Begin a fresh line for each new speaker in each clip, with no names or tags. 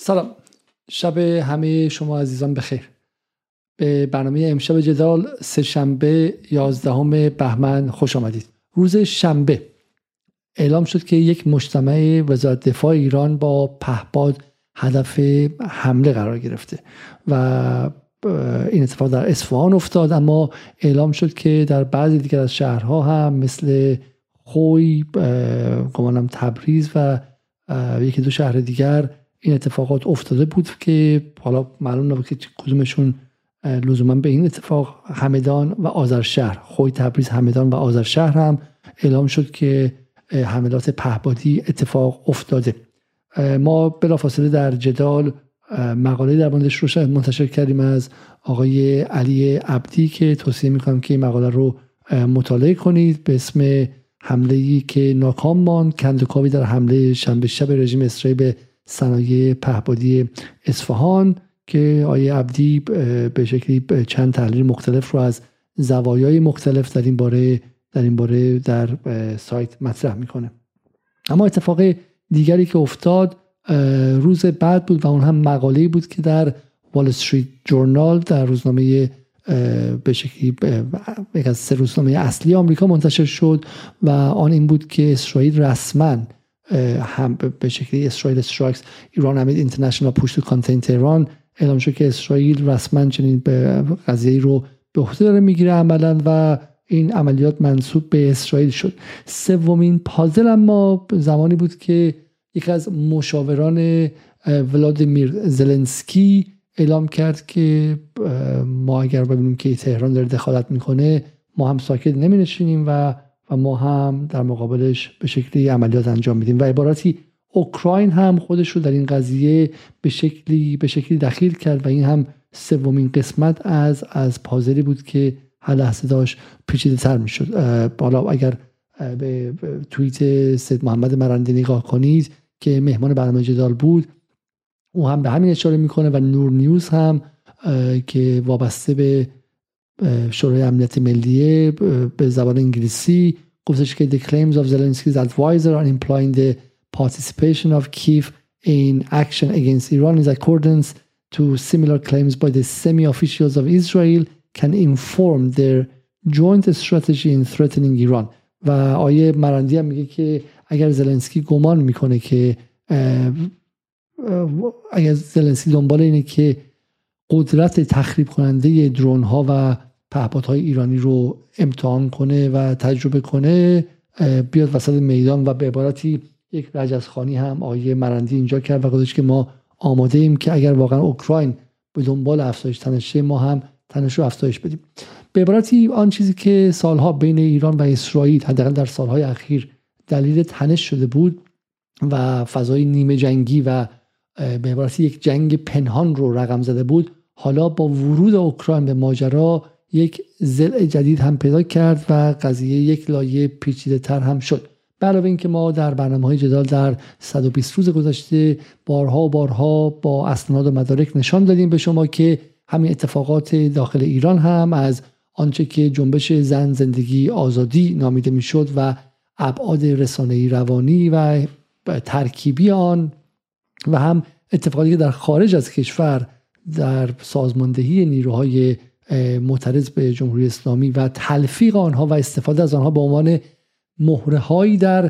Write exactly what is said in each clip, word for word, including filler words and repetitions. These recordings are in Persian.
سلام، شب همه شما عزیزان بخیر. به برنامه امشب جدال سه شنبه یازدهم بهمن خوش آمدید. روز شنبه اعلام شد که یک مجتمع وزارت دفاع ایران با پهپاد هدف حمله قرار گرفته و این اتفاق در اصفهان افتاد، اما اعلام شد که در بعضی دیگر از شهرها هم مثل خوی، گمانم تبریز و یکی دو شهر دیگر این اتفاقات افتاده بود که حالا معلوم نبود که کدومشون لزوما به این اتفاق. همدان و آذرشهر، خوی، تبریز، همدان و آذرشهر هم اعلام شد که حملات پهپادی اتفاق افتاده. ما بلافاصله در جدال مقاله در موردش رو منتشر کردیم از آقای علی عبدی که توصیه میکنم که این مقاله رو مطالعه کنید به اسم حمله‌ای که ناکام ماند، کندوکاوی در حمله شنبه شب رژیم اسرائیل به صنایع پهپادی اصفهان، که آقای عبدی به شکلی چند تحلیل مختلف رو از زوایای مختلف در این باره در این باره در سایت مطرح میکنه. اما اتفاق دیگری که افتاد روز بعد بود و اون هم مقاله‌ای بود که در وال استریت جورنال، در روزنامه به شکلی یک از سه روزنامه اصلی آمریکا منتشر شد و آن این بود که اسرائیل رسما هم به شکلی اسرائیل استرایکس ایران امید اینترنشنال پوش تو کانتین تهران، اعلام شد که اسرائیل رسما چنین به قضیه رو به عهده داره میگیره عملا و این عملیات منسوب به اسرائیل شد. سومین پازل اما زمانی بود که یک از مشاوران ولادیمیر زلنسکی اعلام کرد که ما اگر ببینیم که تهران داره دخالت میکنه ما هم ساکت نمی نشینیم و و ما هم در مقابلش به شکلی عملیات انجام میدیم. و عبارتی اوکراین هم خودش رو در این قضیه به شکلی به شکلی دخیل کرد و این هم سومین قسمت از از پازلی بود که هر لحظه داشت پیچیده تر میشد. حالا اگر به توییت سید محمد مرندی نگاه کنید که مهمان برنامه جدال بود، او هم به همین اشاره میکنه و نور نیوز هم که وابسته به شورای امنیت ملیه به زبان انگلیسی گفتش که the claims of Zelensky's advisor on implying the participation of Kyiv in action against Iran is accordance to similar claims by the semi-officials of Israel can inform their joint strategy in threatening Iran. و آیه مرندی هم میگه که اگر زلنسکی گمان میکنه که اگر زلنسکی دنبال اینه که قدرت تخریب کننده درون ها و پهپادهای ایرانی رو امتحان کنه و تجربه کنه، بیاد وسط میدان و به عبارتی یک رجزخوانی هم آیه مرندی اینجا کرد و گفتش که ما آماده ایم که اگر واقعا اوکراین به دنبال افزایش تنشه ما هم تنش رو افزایش بدیم. به عبارتی آن چیزی که سالها بین ایران و اسرائیل حداقل در سالهای اخیر دلیل تنش شده بود و فضای نیمه جنگی و به عبارتی یک جنگ پنهان رو رقم زده بود، حالا با ورود اوکراین به ماجرا یک ضلع جدید هم پیدا کرد و قضیه یک لایه پیچیده تر هم شد. به علاوه اینکه ما در برنامه‌های جدال در صد و بیست روز گذشته بارها و بارها با اسناد و مدارک نشان دادیم به شما که همین اتفاقات داخل ایران هم از آنچه که جنبش زن زندگی آزادی نامیده میشد و ابعاد رسانه‌ای روانی و ترکیبی آن و هم اتفاقاتی که در خارج از کشور در سازماندهی نیروهای معترض به جمهوری اسلامی و تلفیق آنها و استفاده از آنها به عنوان مهرهایی در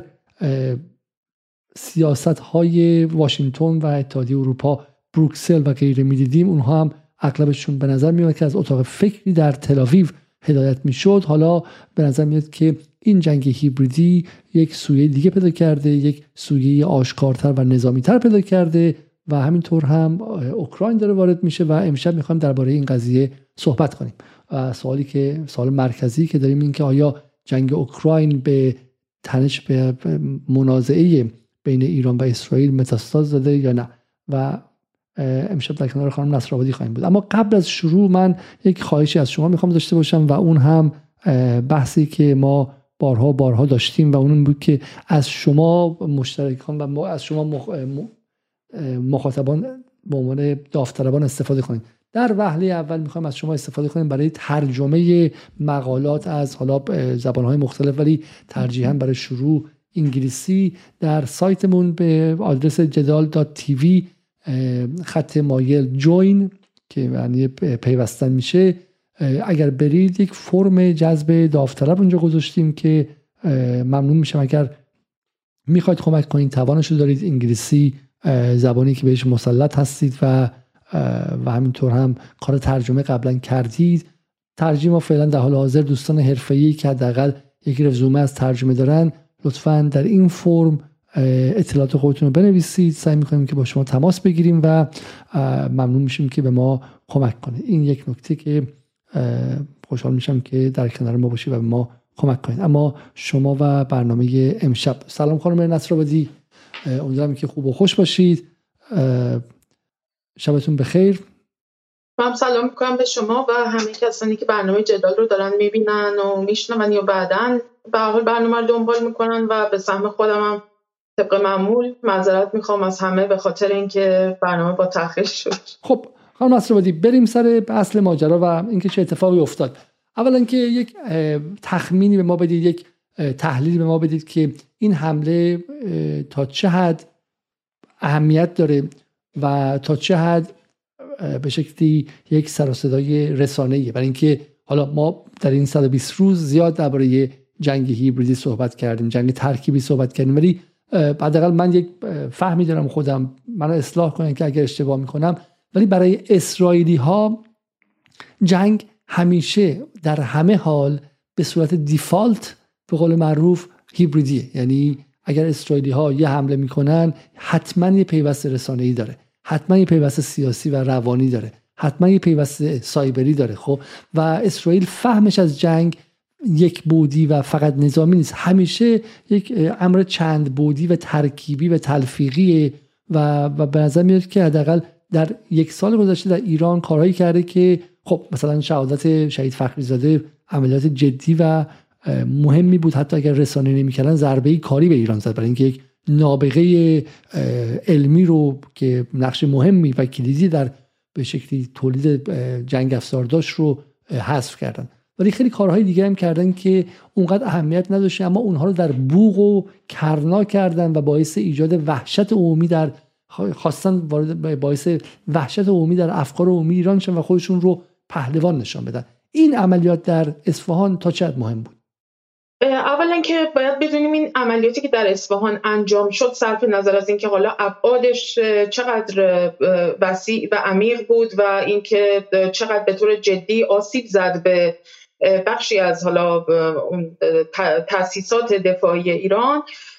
سیاست‌های واشنگتن و اتحادیه اروپا، بروکسل و غیره می‌دیدیم، اونها هم اغلبشون به نظر میاد که از اتاق فکری در تل‌آویو هدایت میشد. حالا به نظر میاد که این جنگ هیبریدی یک سویه دیگه پیدا کرده، یک سویه آشکارتر و نظامی‌تر پیدا کرده و همینطور هم اوکراین داره وارد میشه و امشب میخوایم درباره این قضیه صحبت کنیم. و سوالی که سوال مرکزی که داریم این که آیا جنگ اوکراین به تنش به منازعه بین ایران و اسرائیل متاستاز داده یا نه؟ و امشب در کنار خانم نصرآبادی خواهیم بود. اما قبل از شروع من یک خواهشی از شما میخوام داشته باشم و اون هم بحثی که ما بارها بارها داشتیم و اون بود که از شما مشترکان و از شما مخ... مخاطبان به عنوان داوطلبان استفاده کنید. در وهله اول میخوایم از شما استفاده کنیم برای ترجمه مقالات از حالا زبانهای مختلف، ولی ترجیحاً برای شروع انگلیسی. در سایتمون به آدرس جدال دات تی وی خط مایل جوین که یعنی پیوستن میشه، اگر برید یک فرم جذب داوطلب اونجا گذاشتیم که ممنون میشم اگر میخواید کمک کنید، توانش رو دارید، انگلیسی زبانی که بهش مسلط هستید و و همینطور هم کار ترجمه قبلا کردید. ترجمه فعلا در حال حاضر دوستان حرفه‌ای که حداقل یک رزومه از ترجمه دارن لطفاً در این فرم اطلاعات خودتون رو بنویسید. سعی می‌کنیم که با شما تماس بگیریم و ممنون میشیم که به ما کمک کنید. این یک نکته که خوشحال میشم که در کنار ما باشید و به ما کمک کنید. اما شما و برنامه امشب. سلام خانم نصرآبادی، امیدوارم که خوب و خوش باشید. شبتون بخیر.
من سلام میکنم به شما و همه کسانی که برنامه جدال رو دارن میبینن و میشنون یا بعداً به هر حال برنامه رو دنبال میکنن. و به سهم خودم هم طبق معمول معذرت میخوام از همه به خاطر اینکه برنامه با تأخیر شد.
خب خانم نصرآبادی، بریم سر اصل ماجرا و اینکه چه اتفاقی افتاد. اولا که یک تخمینی به ما بدید، یک تحلیلی به ما بدید که این حمله تا چه حد اهمیت داره و تا چه حد به شکلی یک سر و صدای رسانه‌ایه. برای اینکه حالا ما در این صد و بیست روز زیاد درباره جنگ هیبریدی صحبت کردیم، جنگ ترکیبی صحبت کردیم، ولی حداقل من یک فهمی دارم خودم، منو اصلاح کنن که اگر اشتباه میکنم، ولی برای اسرائیلی ها جنگ همیشه در همه حال به صورت دیفالت به قول معروف هیبریدیه. یعنی اگر اسرائیلی ها یه حمله میکنن حتما یه پیوست رسانه‌ای داره، حتما یه پیوست سیاسی و روانی داره، حتما یه پیوست سایبری داره. خب و اسرائیل فهمش از جنگ یک بودی و فقط نظامی نیست، همیشه یک امر چند بودی و ترکیبی و تلفیقیه و و به نظر میاد که حداقل در یک سال گذشته در ایران کارهایی کرده که خب مثلا شهادت شهید فخریزاده عملیات جدی و مهمی بود، حتی اگر رسانه نمی‌کردن ضربه‌ای کاری به ایران زد، برای اینکه یک نابغه علمی رو که نقش مهمی و کلیدی در به شکلی تولید جنگ افزار داشت رو حذف کردن. ولی خیلی کارهای دیگه هم کردن که اونقدر اهمیت نداشته، اما اونها رو در بوق و کرنا کردن و باعث ایجاد وحشت عمومی در خواستن وارد باعث وحشت عمومی در افکار عمومی ایران شدن و خودشون رو پهلوان نشان بدن. این عملیات در اصفهان تا چقدر مهم بود؟
اولا که باید بدونیم این عملیاتی که در اصفهان انجام شد صرف نظر از اینکه حالا ابعادش چقدر وسیع و عمیق بود و اینکه چقدر به طور جدی آسیب زد به بخشی از حالا اون تأسیسات دفاعی ایران،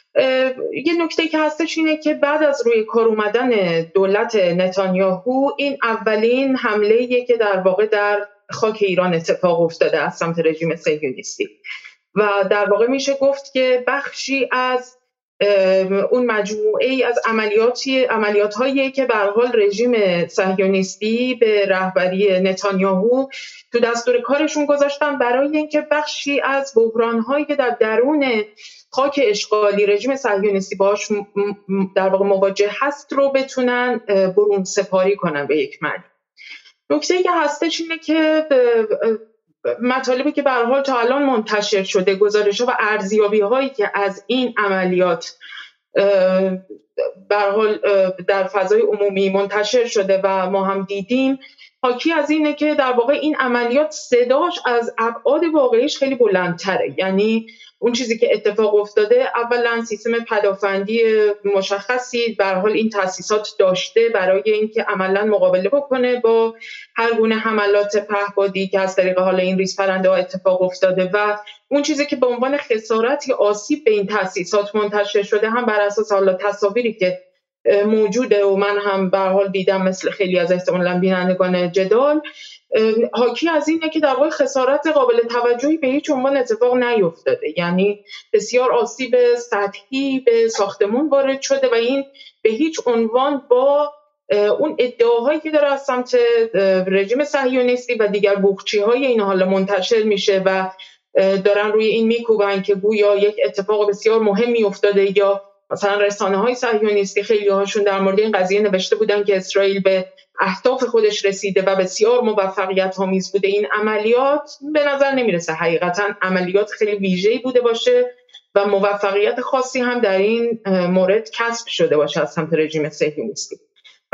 یه نکته که هستش اینه که بعد از روی کار اومدن دولت نتانیاهو این اولین حمله‌ایه که در واقع در خاک ایران اتفاق افتاده از سمت رژیم صهیونیستی و در واقع میشه گفت که بخشی از اون مجموعه ای از عملیاتی عملیات‌هایی که به هر حال رژیم صهیونیستی به رهبری نتانیاهو تو دستور کارشون گذاشتن برای اینکه بخشی از بحران‌هایی که در درون خاک اشغالی رژیم صهیونیستی باش در واقع مواجه هست رو بتونن برون سپاری کنن به یک معنی. نکته‌ای که هستش اینه که مطالبی که به هر حال تا الان منتشر شده، گزارش‌ها و ارزیابی‌هایی که از این عملیات به هر حال در فضای عمومی منتشر شده و ما هم دیدیم، حاکی از اینه که در واقع این عملیات صداش از ابعاد واقعیش خیلی بلندتره. یعنی اون چیزی که اتفاق افتاده، اولا سیستم پدافندی مشخصی به هر حال این تأسیسات داشته برای اینکه عملاً مقابله بکنه با هر گونه حملات پهپادی که از طریق حال این ریزپرنده ها اتفاق افتاده و اون چیزی که به عنوان خسارت یا آسیب به این تأسیسات منتشر شده هم بر اساس حالا تصاویری که موجوده و من هم به هر حال دیدم مثل خیلی از احتمالاً بینندگان جدال، حاکی از اینه که در واقع خسارت قابل توجهی به هیچ عنوان اتفاق نیفتاده. یعنی بسیار آسیب سطحی به ساختمون وارد شده و این به هیچ عنوان با اون ادعاهایی که داره از سمت رژیم صهیونیستی و دیگر بوقچی‌های این حالا منتشر میشه و دارن روی این میکوبن که گویا یک اتفاق بسیار مهمی افتاده، یا مثلا رسانه‌های صهیونیستی خیلی هاشون در مورد این قضیه نوشته بودن که اسرائیل به اهداف خودش رسیده و بسیار موفقیت آمیز بوده. این عملیات به نظر نمیرسه حقیقتا عملیات خیلی ویژه‌ای بوده باشه و موفقیت خاصی هم در این مورد کسب شده باشه از سمت رژیم صهیونیستی.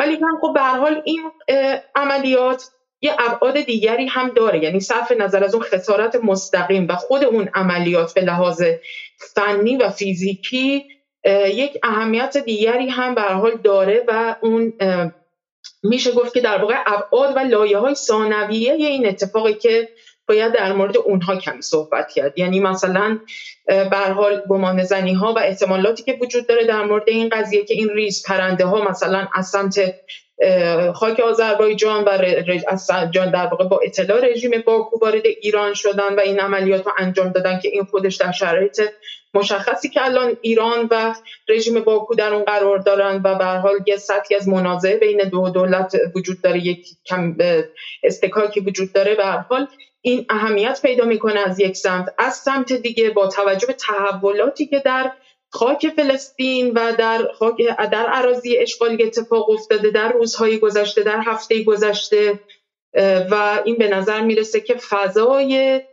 ولی خب به هر حال این عملیات یه ابعاد دیگری هم داره، یعنی صرف نظر از اون خسارت مستقیم و خود اون عملیات به لحاظ فنی و فیزیکی یک اهمیت دیگری هم به هر حال داره و اون میشه گفت که در واقع ابعاد و لایه‌های ثانویه این اتفاقی که باید در مورد اونها کمی صحبت کرد. یعنی مثلا به هر حال گمانه‌زنی‌ها و احتمالاتی که وجود داره در مورد این قضیه که این ریز پرنده ها مثلا از سمت خاک آذربایجان و از جان در واقع با اطلاع رژیم باکو وارد ایران شدن و این عملیات رو انجام دادن که این خودش در شرایط مشخصی که الان ایران و رژیم باکو در اون قرار دارن و به هر حال یه سطحی از منازعه بین دو دولت وجود داره، یک کم استکاکی وجود داره، به هر حال این اهمیت پیدا میکنه از یک سمت. از سمت دیگه با توجه به تحولاتی که در خاک فلسطین و در خاک در اراضی اشغالی اتفاق افتاده در روزهای گذشته، در هفته گذشته، و این به نظر میرسه که فضای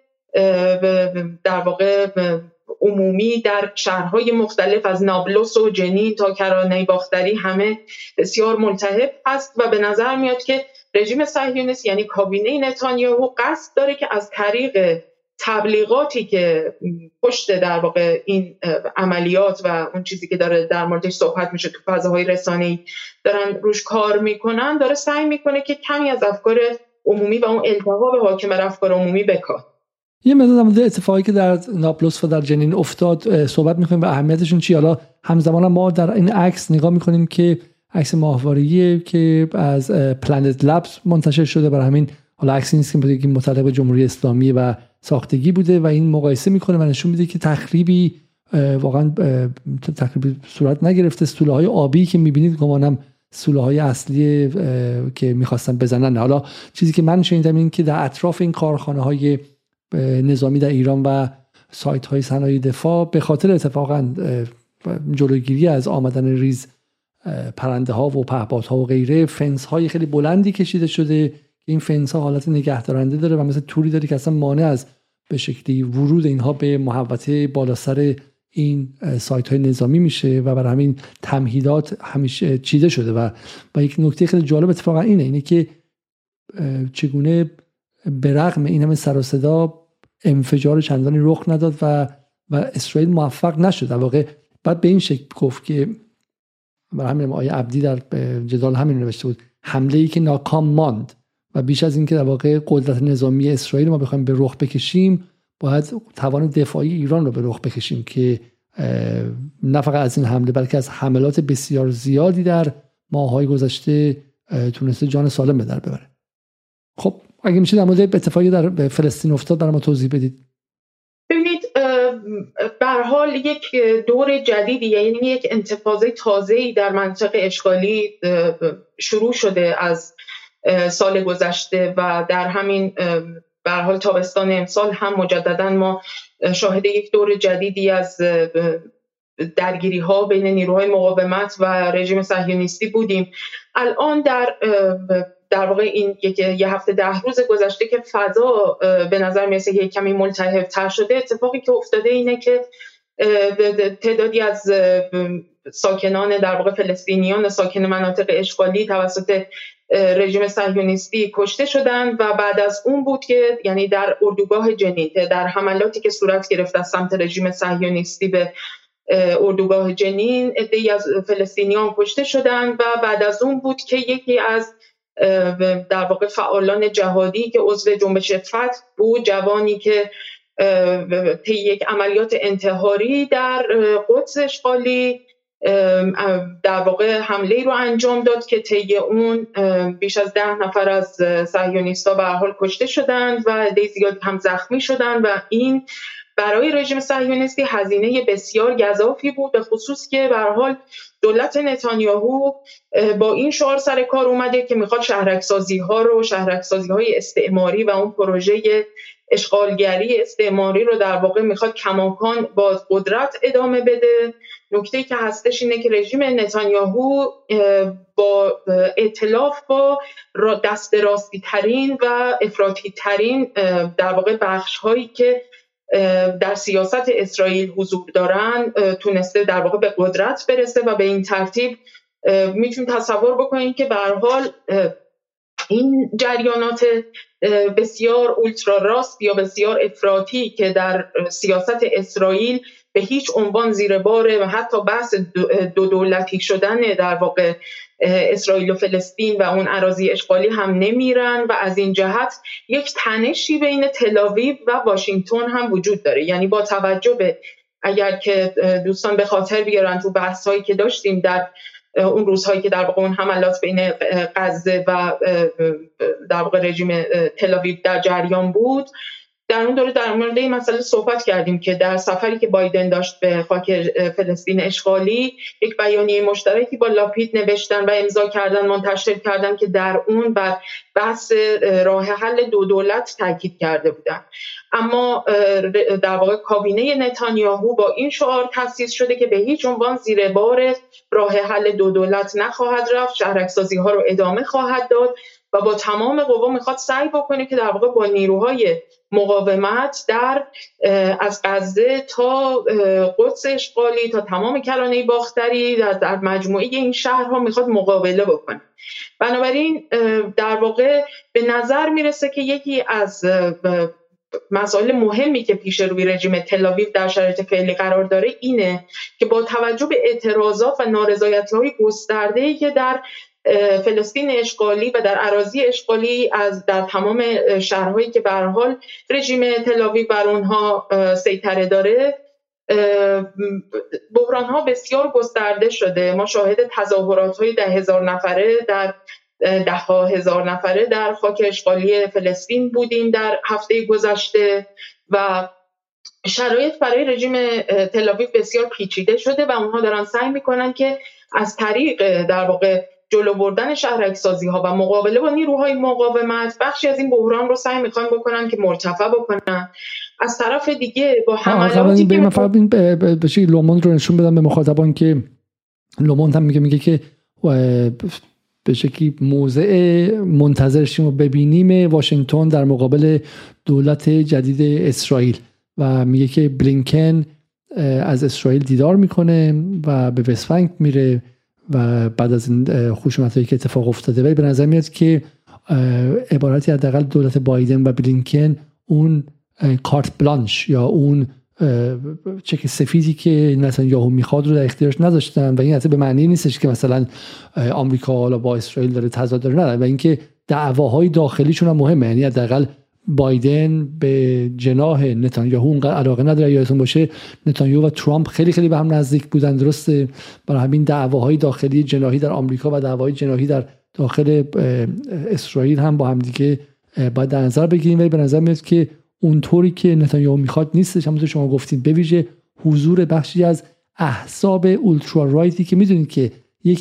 در واقع عمومی در شهرهای مختلف از نابلس و جنین تا کرانه باختری همه بسیار ملتهب است و به نظر میاد که رژیم صهیونیست یعنی کابینه نتانیاهو قصد داره که از طریق تبلیغاتی که پشت در واقع این عملیات و اون چیزی که داره در موردش صحبت میشه تو فضاهای رسانه‌ای دارن روش کار میکنن، داره سعی میکنه که کمی از افکار عمومی و اون التهاب حاکم بر افکار عمومی بکاهه.
یه مقدار در مورد اتفاقی که در نابلس و در جنین افتاد صحبت میکنیم و اهمیتشون چی. حالا همزمان ما در این عکس نگاه میکنیم که عکس ماهواریه که از پلنت لبز منتشر شده، برای همین حالا عکسی نیست که بگیم متعلق به جمهوری اسلامی و ساختگی بوده و این مقایسه میکنه و نشون میده که تخریبی واقعا تخریبی صورت نگرفته. سوله‌های آبی که میبینید گمانم سوله‌های اصلی که میخواستن بزنن. حالا چیزی که من شنیدم این که در اطراف این کارخانه‌های نظامی در ایران و سایت‌های صنایع دفاع به خاطر اتفاقا جلوگیری از آمدن ریز پرنده ها و پهپادها و غیره فنس های خیلی بلندی کشیده شده. این فنس ها حالت نگهدارنده داره و مثلا توری داره که اصلا مانع از به شکلی ورود اینها به محوطه بالا سر این سایت های نظامی میشه و برای همین تمهیدات همیشه چیده شده. و و یک نکته خیلی جالب اتفاقا اینه اینه که چگونه به رغم این همه سر و صدا انفجار چندانی رخ نداد و و اسرائیل موفق نشد. در واقع بعد به این شکل گفت که برای همین آیه عبدی در جدال همین نوشته بود حمله ای که ناکام ماند و بیش از این که در واقع قدرت نظامی اسرائیل ما بخوایم به رخ بکشیم باید توان دفاعی ایران رو به رخ بکشیم که نه فقط از این حمله بلکه از حملات بسیار زیادی در ماه‌های گذشته تونسته جان سالم به در ببره. خب اگه میشه در مورد اتفاقی در فلسطین افتاد برای ما توضیح بدید.
ببینید به هر حال یک دور جدیدی یعنی یک انتفاضه تازه‌ای در منطقه اشغالی شروع شده از سال گذشته و در همین به هر حال تابستان امسال هم مجددا ما شاهد یک دور جدیدی از درگیری‌ها بین نیروهای مقاومت و رژیم صهیونیستی بودیم. الان در در واقع این یک یه هفته ده روز گذشته که فضا به نظر میرسه که کمی ملتهب‌تر شده، اتفاقی که افتاده اینه که تعدادی از ساکنان در واقع فلسطینیان ساکن مناطق اشغالی توسط رژیم صهیونیستی کشته شدند و بعد از اون بود که یعنی در اردوگاه جنین در حملاتی که صورت گرفت از سمت رژیم صهیونیستی به اردوگاه جنین عده‌ای از فلسطینیان کشته شدند و بعد از اون بود که یکی از در واقع فعالان جهادی که عضو جنبش فتح بود، جوانی که طی یک عملیات انتحاری در قدس اشغالی در واقع حمله رو انجام داد که طی اون بیش از ده نفر از صهیونیست‌ها به هر حال کشته شدند و عده زیادی هم زخمی شدند و این برای رژیم صهیونیستی هزینه بسیار گزافی بود، به خصوص که به هر حال دولت نتانیاهو با این شعار سر کار اومده که میخواد شهرک‌سازی‌ها رو شهرک‌سازی‌های استعماری و اون پروژه اشغالگری استعماری رو در واقع میخواد کماکان با قدرت ادامه بده. نکته‌ای که هستش اینه که رژیم نتانیاهو با ائتلاف با دست راستی ترین و افراطی ترین در واقع بخش هایی که در سیاست اسرائیل حضور دارن تونسته در واقع به قدرت برسه و به این ترتیب میتونیم تصور بکنیم که به هر حال این جریانات بسیار اولترا راست یا بسیار افراطی که در سیاست اسرائیل به هیچ عنوان زیر بار و حتی بحث دو دولتی شدن در واقع اسرائیل و فلسطین و اون اراضی اشغالی هم نمیرن و از این جهت یک تنشی بین تل‌آویو و واشنگتن هم وجود داره. یعنی با توجه به اگر که دوستان به خاطر بیارن تو بحث‌هایی که داشتیم در اون روزهایی که در واقع اون حملات بین غزه و در واقع رژیم تل‌آویو در جریان بود، در اون دوره در مورد این مسئله صحبت کردیم که در سفری که بایدن داشت به خاک فلسطین اشغالی یک بیانیه مشترکی با لاپید نوشتن و امضا کردن، منتشر کردن که در اون بر بحث راه حل دو دولت تاکید کرده بودن. اما در واقع کابینه نتانیاهو با این شعار تأسیس شده که به هیچ عنوان زیر بار راه حل دو دولت نخواهد رفت، شهرک‌سازی ها رو ادامه خواهد داد و با تمام قوا میخواد سعی بکنه که در واقع با نیروهای مقاومت در از غزه تا قدس اشغالی تا تمام کرانه باختری در, در مجموعه این شهرها میخواد مقابله بکنه. بنابراین در واقع به نظر میرسه که یکی از مسائل مهمی که پیش روی رژیم تل‌آویو در شرایط فعلی قرار داره اینه که با توجه به اعتراضات و نارضایتی‌های گسترده‌ای که در فلسطین اشغالی و در اراضی اشغالی از در تمام شهرهایی که به هر حال رژیم تل‌آویو بر اونها سیطره داره، بحران‌ها بسیار گسترده شده. ما شاهد تظاهرات‌های ده هزار نفره در ده ها هزار نفره در خاک اشغالی فلسطین بودیم در هفته گذشته و شرایط برای رژیم تل‌آویو بسیار پیچیده شده و اونها دارن سعی میکنن که از طریق در واقع جلو بردن شهرک‌سازی ها و مقابله با نیروهای مقاومت بخشی از این بحران رو سعی میخوان بکنن که مرتفع بکنن. از طرف دیگه با حملاتی که
من فقط این به شکلی لوموند رو نشون بدم به مخاطبان که لوموند هم میگه میگه که به شکلی موضع منتظرشیم و ببینیم واشنگتن در مقابل دولت جدید اسرائیل و میگه که بلینکن از اسرائیل دیدار میکنه و به وست بانک میره و بعد از این خشونتایی که اتفاق افتاده، ولی به نظر میاد که عبارتی حداقل دولت بایدن و بلینکن اون کارت بلانش یا اون چک سفیدی که نتانیاهو میخواد رو در اختیارش نذاشتن و این حتی به معنی نیستش که مثلا آمریکا حالا با اسرائیل داره تضاد داره، نه، و اینکه دعواهای داخلیشون هم مهمه. یعنی حداقل بایدن به جناح نتانیاهو اونقدر علاقه نداره. یادتون باشه نتانیاهو و ترامپ خیلی خیلی به هم نزدیک بودن، درسته؟ برای همین دعواهای داخلی جناحی در آمریکا و دعواهای جناحی در داخل اسرائیل هم با هم دیگه باید در نظر بگیریم. ولی به نظر میاد که اونطوری که نتانیاهو میخواد نیستش. همونطور شما گفتید، به ویژه حضور بخشی از احزاب اولترا رایتی که میدونید که یک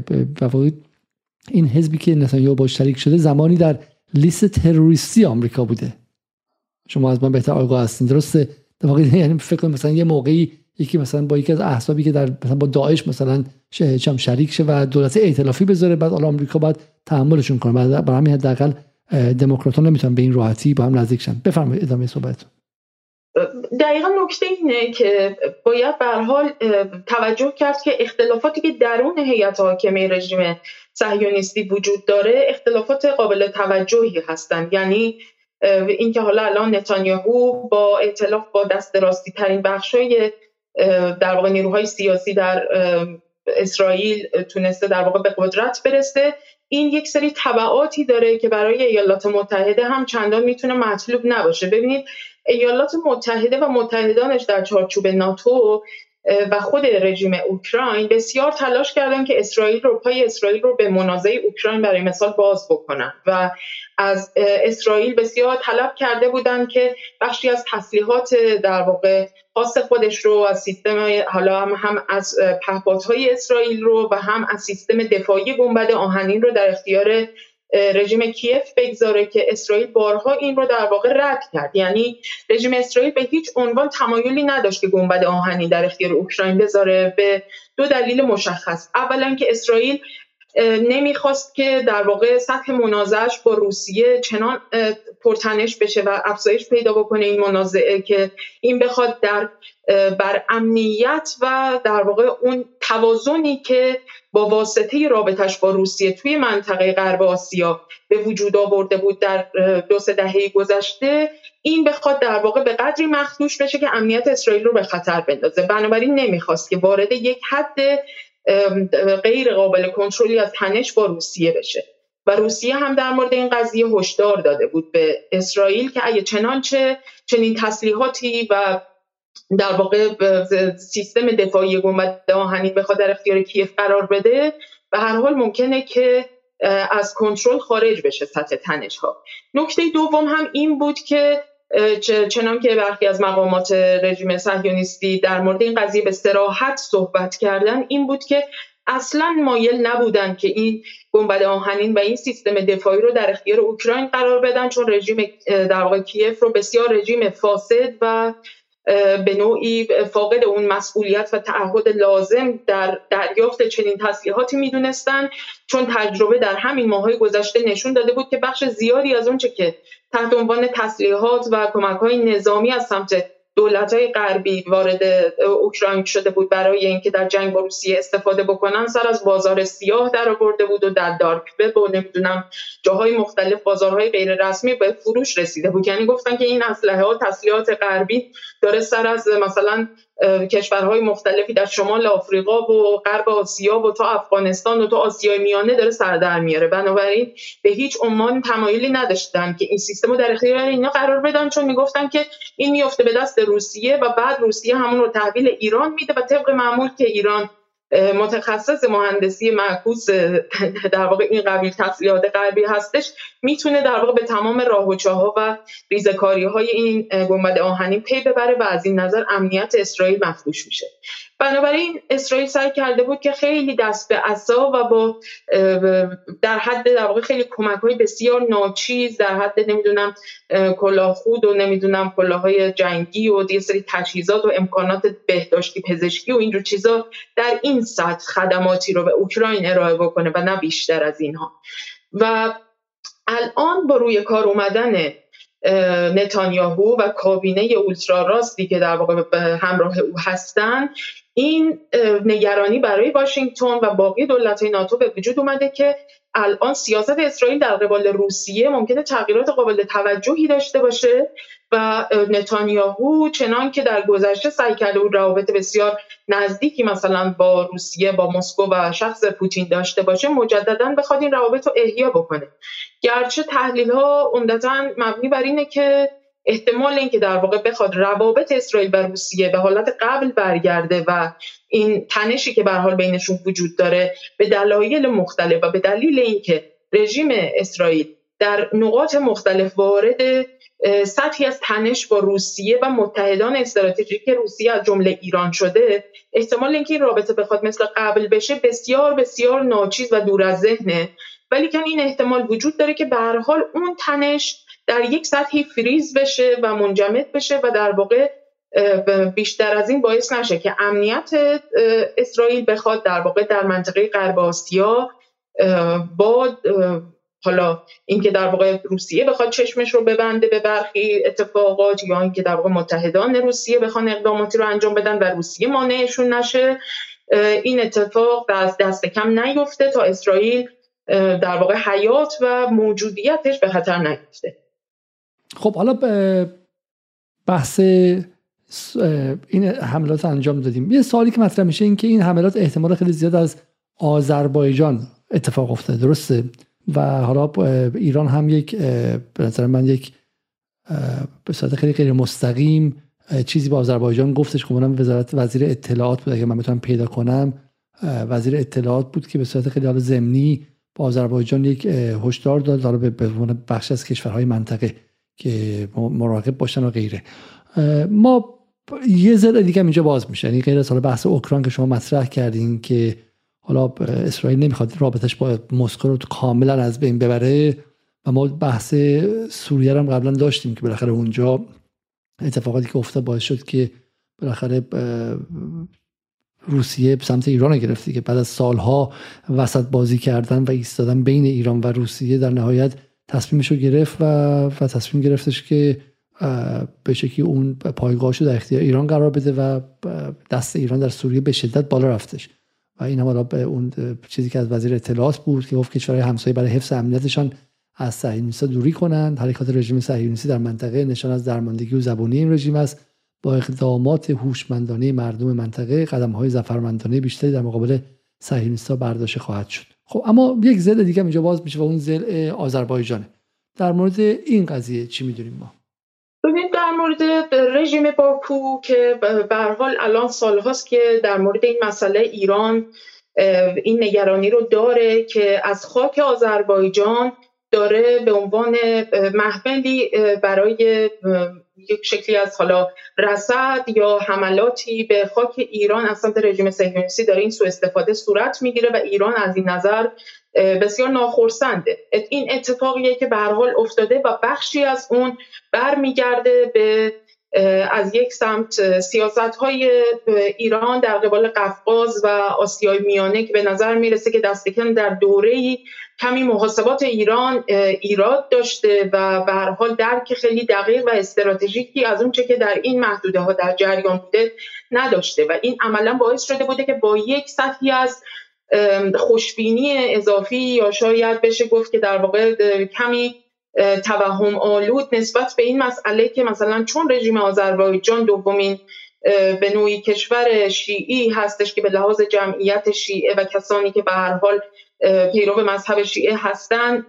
این حزبی که نتانیاهو باش شریک شده زمانی در لیست تروریستی آمریکا بوده. شما از من بهتر آگاه هستین، درسته؟ در واقع یعنی فکر کنید مثلا یه موقعی یکی مثلا با یکی از احزابی که در مثلا با داعش مثلا چم شریک شه و دولت ائتلافی بذاره، بعد حالا آمریکا باید تحملشون کنه. بعد برای همین حداقل دموکرات‌ها نمیتونن به این راحتی با هم نزدیک شن. بفرمایید ادامه صحبتتون.
دقیقاً نکته اینه که باید به هر حال توجه کرد که اختلافاتی که درون هیئت حاکمه رژیم صهیونیستی وجود داره اختلافات قابل توجهی هستند. یعنی اینکه حالا الان نتانیاهو با ائتلاف با دست راستی ترین بخشای در واقع نیروهای سیاسی در اسرائیل تونسته در واقع به قدرت برسه، این یک سری تبعاتی داره که برای ایالات متحده هم چندان میتونه مطلوب نباشه. ببینید ایالات متحده و متحدانش در چارچوب ناتو و خود رژیم اوکراین بسیار تلاش کردن که اسرائیل رو پای اسرائیل رو به منازعه اوکراین برای مثال باز بکنن و از اسرائیل بسیار طلب کرده بودن که بخشی از تسلیحات در واقع خاص خودش رو از سیستم حالا هم, هم از پهپادهای اسرائیل رو و هم از سیستم دفاعی گنبد آهنین رو در اختیار رژیم کیف بگذاره که اسرائیل بارها این رو در واقع رد کرد. یعنی رژیم اسرائیل به هیچ عنوان تمایلی نداشت که گنبد آهنین در اختیار اوکراین بذاره به دو دلیل مشخص. اولا که اسرائیل نمیخواست که در واقع سطح منازعهش با روسیه چنان پرتنش بشه و افزایش پیدا بکنه این منازعه که این بخواد در بر امنیت و در واقع اون توازنی که با واسطه رابطش با روسیه توی منطقه غرب آسیا به وجود آورده بود در دو سه دهه گذشته، این بخواد در واقع به قدری مخدوش بشه که امنیت اسرائیل رو به خطر بندازه. بنابراین نمیخواست که وارد یک حد غیر قابل کنترلی از تنش با روسیه بشه و روسیه هم در مورد این قضیه هشدار داده بود به اسرائیل که اگه چنانچه چنین تسلیحاتی و در واقع سیستم دفاعی گنبد آهنین بخواد در اختیار کیف قرار بده، به هر حال ممکنه که از کنترل خارج بشه سطح تنش ها. نکته دوم هم این بود که چنان که برخی از مقامات رژیم صهیونیستی در مورد این قضیه به صراحت صحبت کردن، این بود که اصلا مایل نبودن که این گنبد آهنین و این سیستم دفاعی رو در اختیار اوکراین قرار بدن، چون رژیم در واقع کیف رو بسیار رژیم فاسد و به نوعی فاقد اون مسئولیت و تعهد لازم در دریافت چنین تسلیحاتی میدونستن، چون تجربه در همین ماه‌های گذشته نشون داده بود که بخش زیادی از اون چه که تحت عنوان تسلیحات و کمک‌های نظامی از سمت دولت‌های غربی وارد اوکراین شده بود برای اینکه در جنگ با روسیه استفاده بکنن، سر از بازار سیاه در آورده بود و در دارک وب و نمیدونم جاهای مختلف، بازارهای غیر رسمی به فروش رسیده بود. یعنی گفتن که این اسلحه ها تسلیحات غربی داره سر از مثلا کشورهای مختلفی در شمال آفریقا و غرب آسیا و تا افغانستان و تا آسیای میانه داره سر در میاره. بنابراین به هیچ عنوان تمایلی نداشتن که این سیستم رو در اختیار اینا قرار بدن، چون میگفتن که این میفته به دست روسیه و بعد روسیه همون رو تحویل ایران میده و طبق معمول که ایران متخصص مهندسی معکوس در واقع این قبیل تسلیحات غربی هستش، میتونه در واقع به تمام راه و چاه‌ها و ریزکاری‌های این گنبد آهنین پی ببره و از این نظر امنیت اسرائیل مفروش میشه. بنابراین اسرائیل سعی کرده بود که خیلی دست به عصا و با در حد در واقع خیلی کمک‌های بسیار ناچیز، در حد نمیدونم کلاهخود و نمیدونم کلاه‌های جنگی و یه سری تجهیزات و امکانات بهداشتی پزشکی و اینجور چیزا در این سطح خدماتی رو به اوکراین ارائه بکنه و نه بیشتر از اینها. و الان با روی کار اومدن نتانیاهو و کابینه اولترا راستی که در واقع همراه او هستن، این نگرانی برای واشنگتن و باقی دولت‌های ناتو به وجود اومده که الان سیاست اسرائیل در قبال روسیه ممکنه تغییرات قابل توجهی داشته باشه و نتانیاهو چنان که در گذشته سعی کرده بود روابط بسیار نزدیکی مثلا با روسیه، با مسکو و شخص پوتین داشته باشه، مجددا بخواد این روابط رو احیا بکنه. گرچه تحلیل‌ها عمدتاً مبنی بر اینه که احتمال اینکه در واقع بخواد روابط اسرائیل و روسیه به حالت قبل برگرده و این تنشی که به هر حال بینشون وجود داره به دلایل مختلف و به دلیل اینکه رژیم اسرائیل در نقاط مختلف وارد سطحی از تنش با روسیه و متحدان استراتژیک روسیه از جمله ایران شده، احتمال اینکه این رابطه بخواد مثل قبل بشه بسیار بسیار ناچیز و دور از ذهنه. ولی که این احتمال وجود داره که به هر حال اون تنش در یک سطحی فریز بشه و منجمد بشه و در واقع بیشتر از این باعث نشه که امنیت اسرائیل بخواد در واقع در منطقه غرب آسیا با حالا اینکه در واقع روسیه بخواد چشمش رو ببنده به برخی اتفاقات یا اینکه در واقع متحدان روسیه بخوان اقداماتی رو انجام بدن و روسیه مانعشون نشه، این اتفاق از دست کم نیفته تا اسرائیل در واقع حیات و موجودیتش به خطر نیفته.
خب حالا بحث این حملات انجام دادیم. یه سوالی که مطرح میشه این که این حملات احتمال خیلی زیاد از آذربایجان اتفاق افتاده، درسته؟ و حالا ایران هم یک به نظر من یک به صورت خیلی غیر مستقیم چیزی با آذربایجان گفتش که منم وزارت وزیر اطلاعات بود، اگه من بتونم پیدا کنم وزیر اطلاعات بود که به صورت خیلی حالا ضمنی با آذربایجان یک هشدار داد حالا به عنوان بخش از کشورهای منطقه که مراقب باشن و غیره. ما یه ذره دیگه اینجا باز میشه، یعنی غیر از حالا بحث اوکراین که شما مطرح کردین که حالا اسرائیل نمیخواد رابطش با مسکو رو کاملا از بین ببره و ما بحث سوریه رو هم قبلا داشتیم که بالاخره اونجا اتفاقاتی که افتاد باعث شد که بالاخره روسیه سمت ایران گرفتی که بعد از سالها وسط بازی کردن و ایستادن بین ایران و روسیه در نهایت تصمیمش رو گرفت و, و تصمیم گرفتش که به شکلی اون پایگاهش رو در اختیار ایران قرار بده و دست ایران در سوریه به شدت بالا رفتش و این هم حالا به اون چیزی که از وزیر اطلاعات بود که گفت کشورهای همسایه برای حفظ امنیتشان از صهیونیست‌ها دوری کنند. حرکات رژیم صهیونیستی در منطقه نشان از درماندگی و زبونی این رژیم است. با اقدامات هوشمندانه مردم منطقه قدم‌های ظفرمندانه بیشتری در مقابل صهیونیست‌ها برداشته خواهد شد. خب اما یک ضلع دیگه اینجا باز میشه و اون ضلع آذربایجانه. در مورد این قضیه چی می‌دونیم ما؟
ببینید در مورد رژیم باکو که به هر حال الان سال‌هاست که در مورد این مسئله ایران این نگرانی رو داره که از خاک آذربایجان داره به عنوان محملی برای یک شکلی از حالا رصد یا حملاتی به خاک ایران از سمت رژیم صهیونیستی داره این سوء استفاده صورت میگیره و ایران از این نظر بسیار ناخرسنده. این اتفاقیه که به هر حال افتاده و بخشی از اون برمیگرده به از یک سمت سیاست‌های ایران در قبال قفقاز و آسیای میانه که به نظر میرسه که دست کم در دوره‌ای کمی محاسبات ایران ایراد داشته و به هر حال درک خیلی دقیق و استراتژیکی از اون چه که در این محدوده ها در جریان بوده نداشته و این عملاً باعث شده بوده که با یک سطحی از خوشبینی اضافی یا شاید بشه گفت که در واقع کمی توهم آلود نسبت به این مسئله که مثلا چون رژیم آذربایجان دومین به نوعی کشور شیعی هستش که به لحاظ جمعیت شیعه و کسانی که به هر حال پیرو مذهب شیعه هستن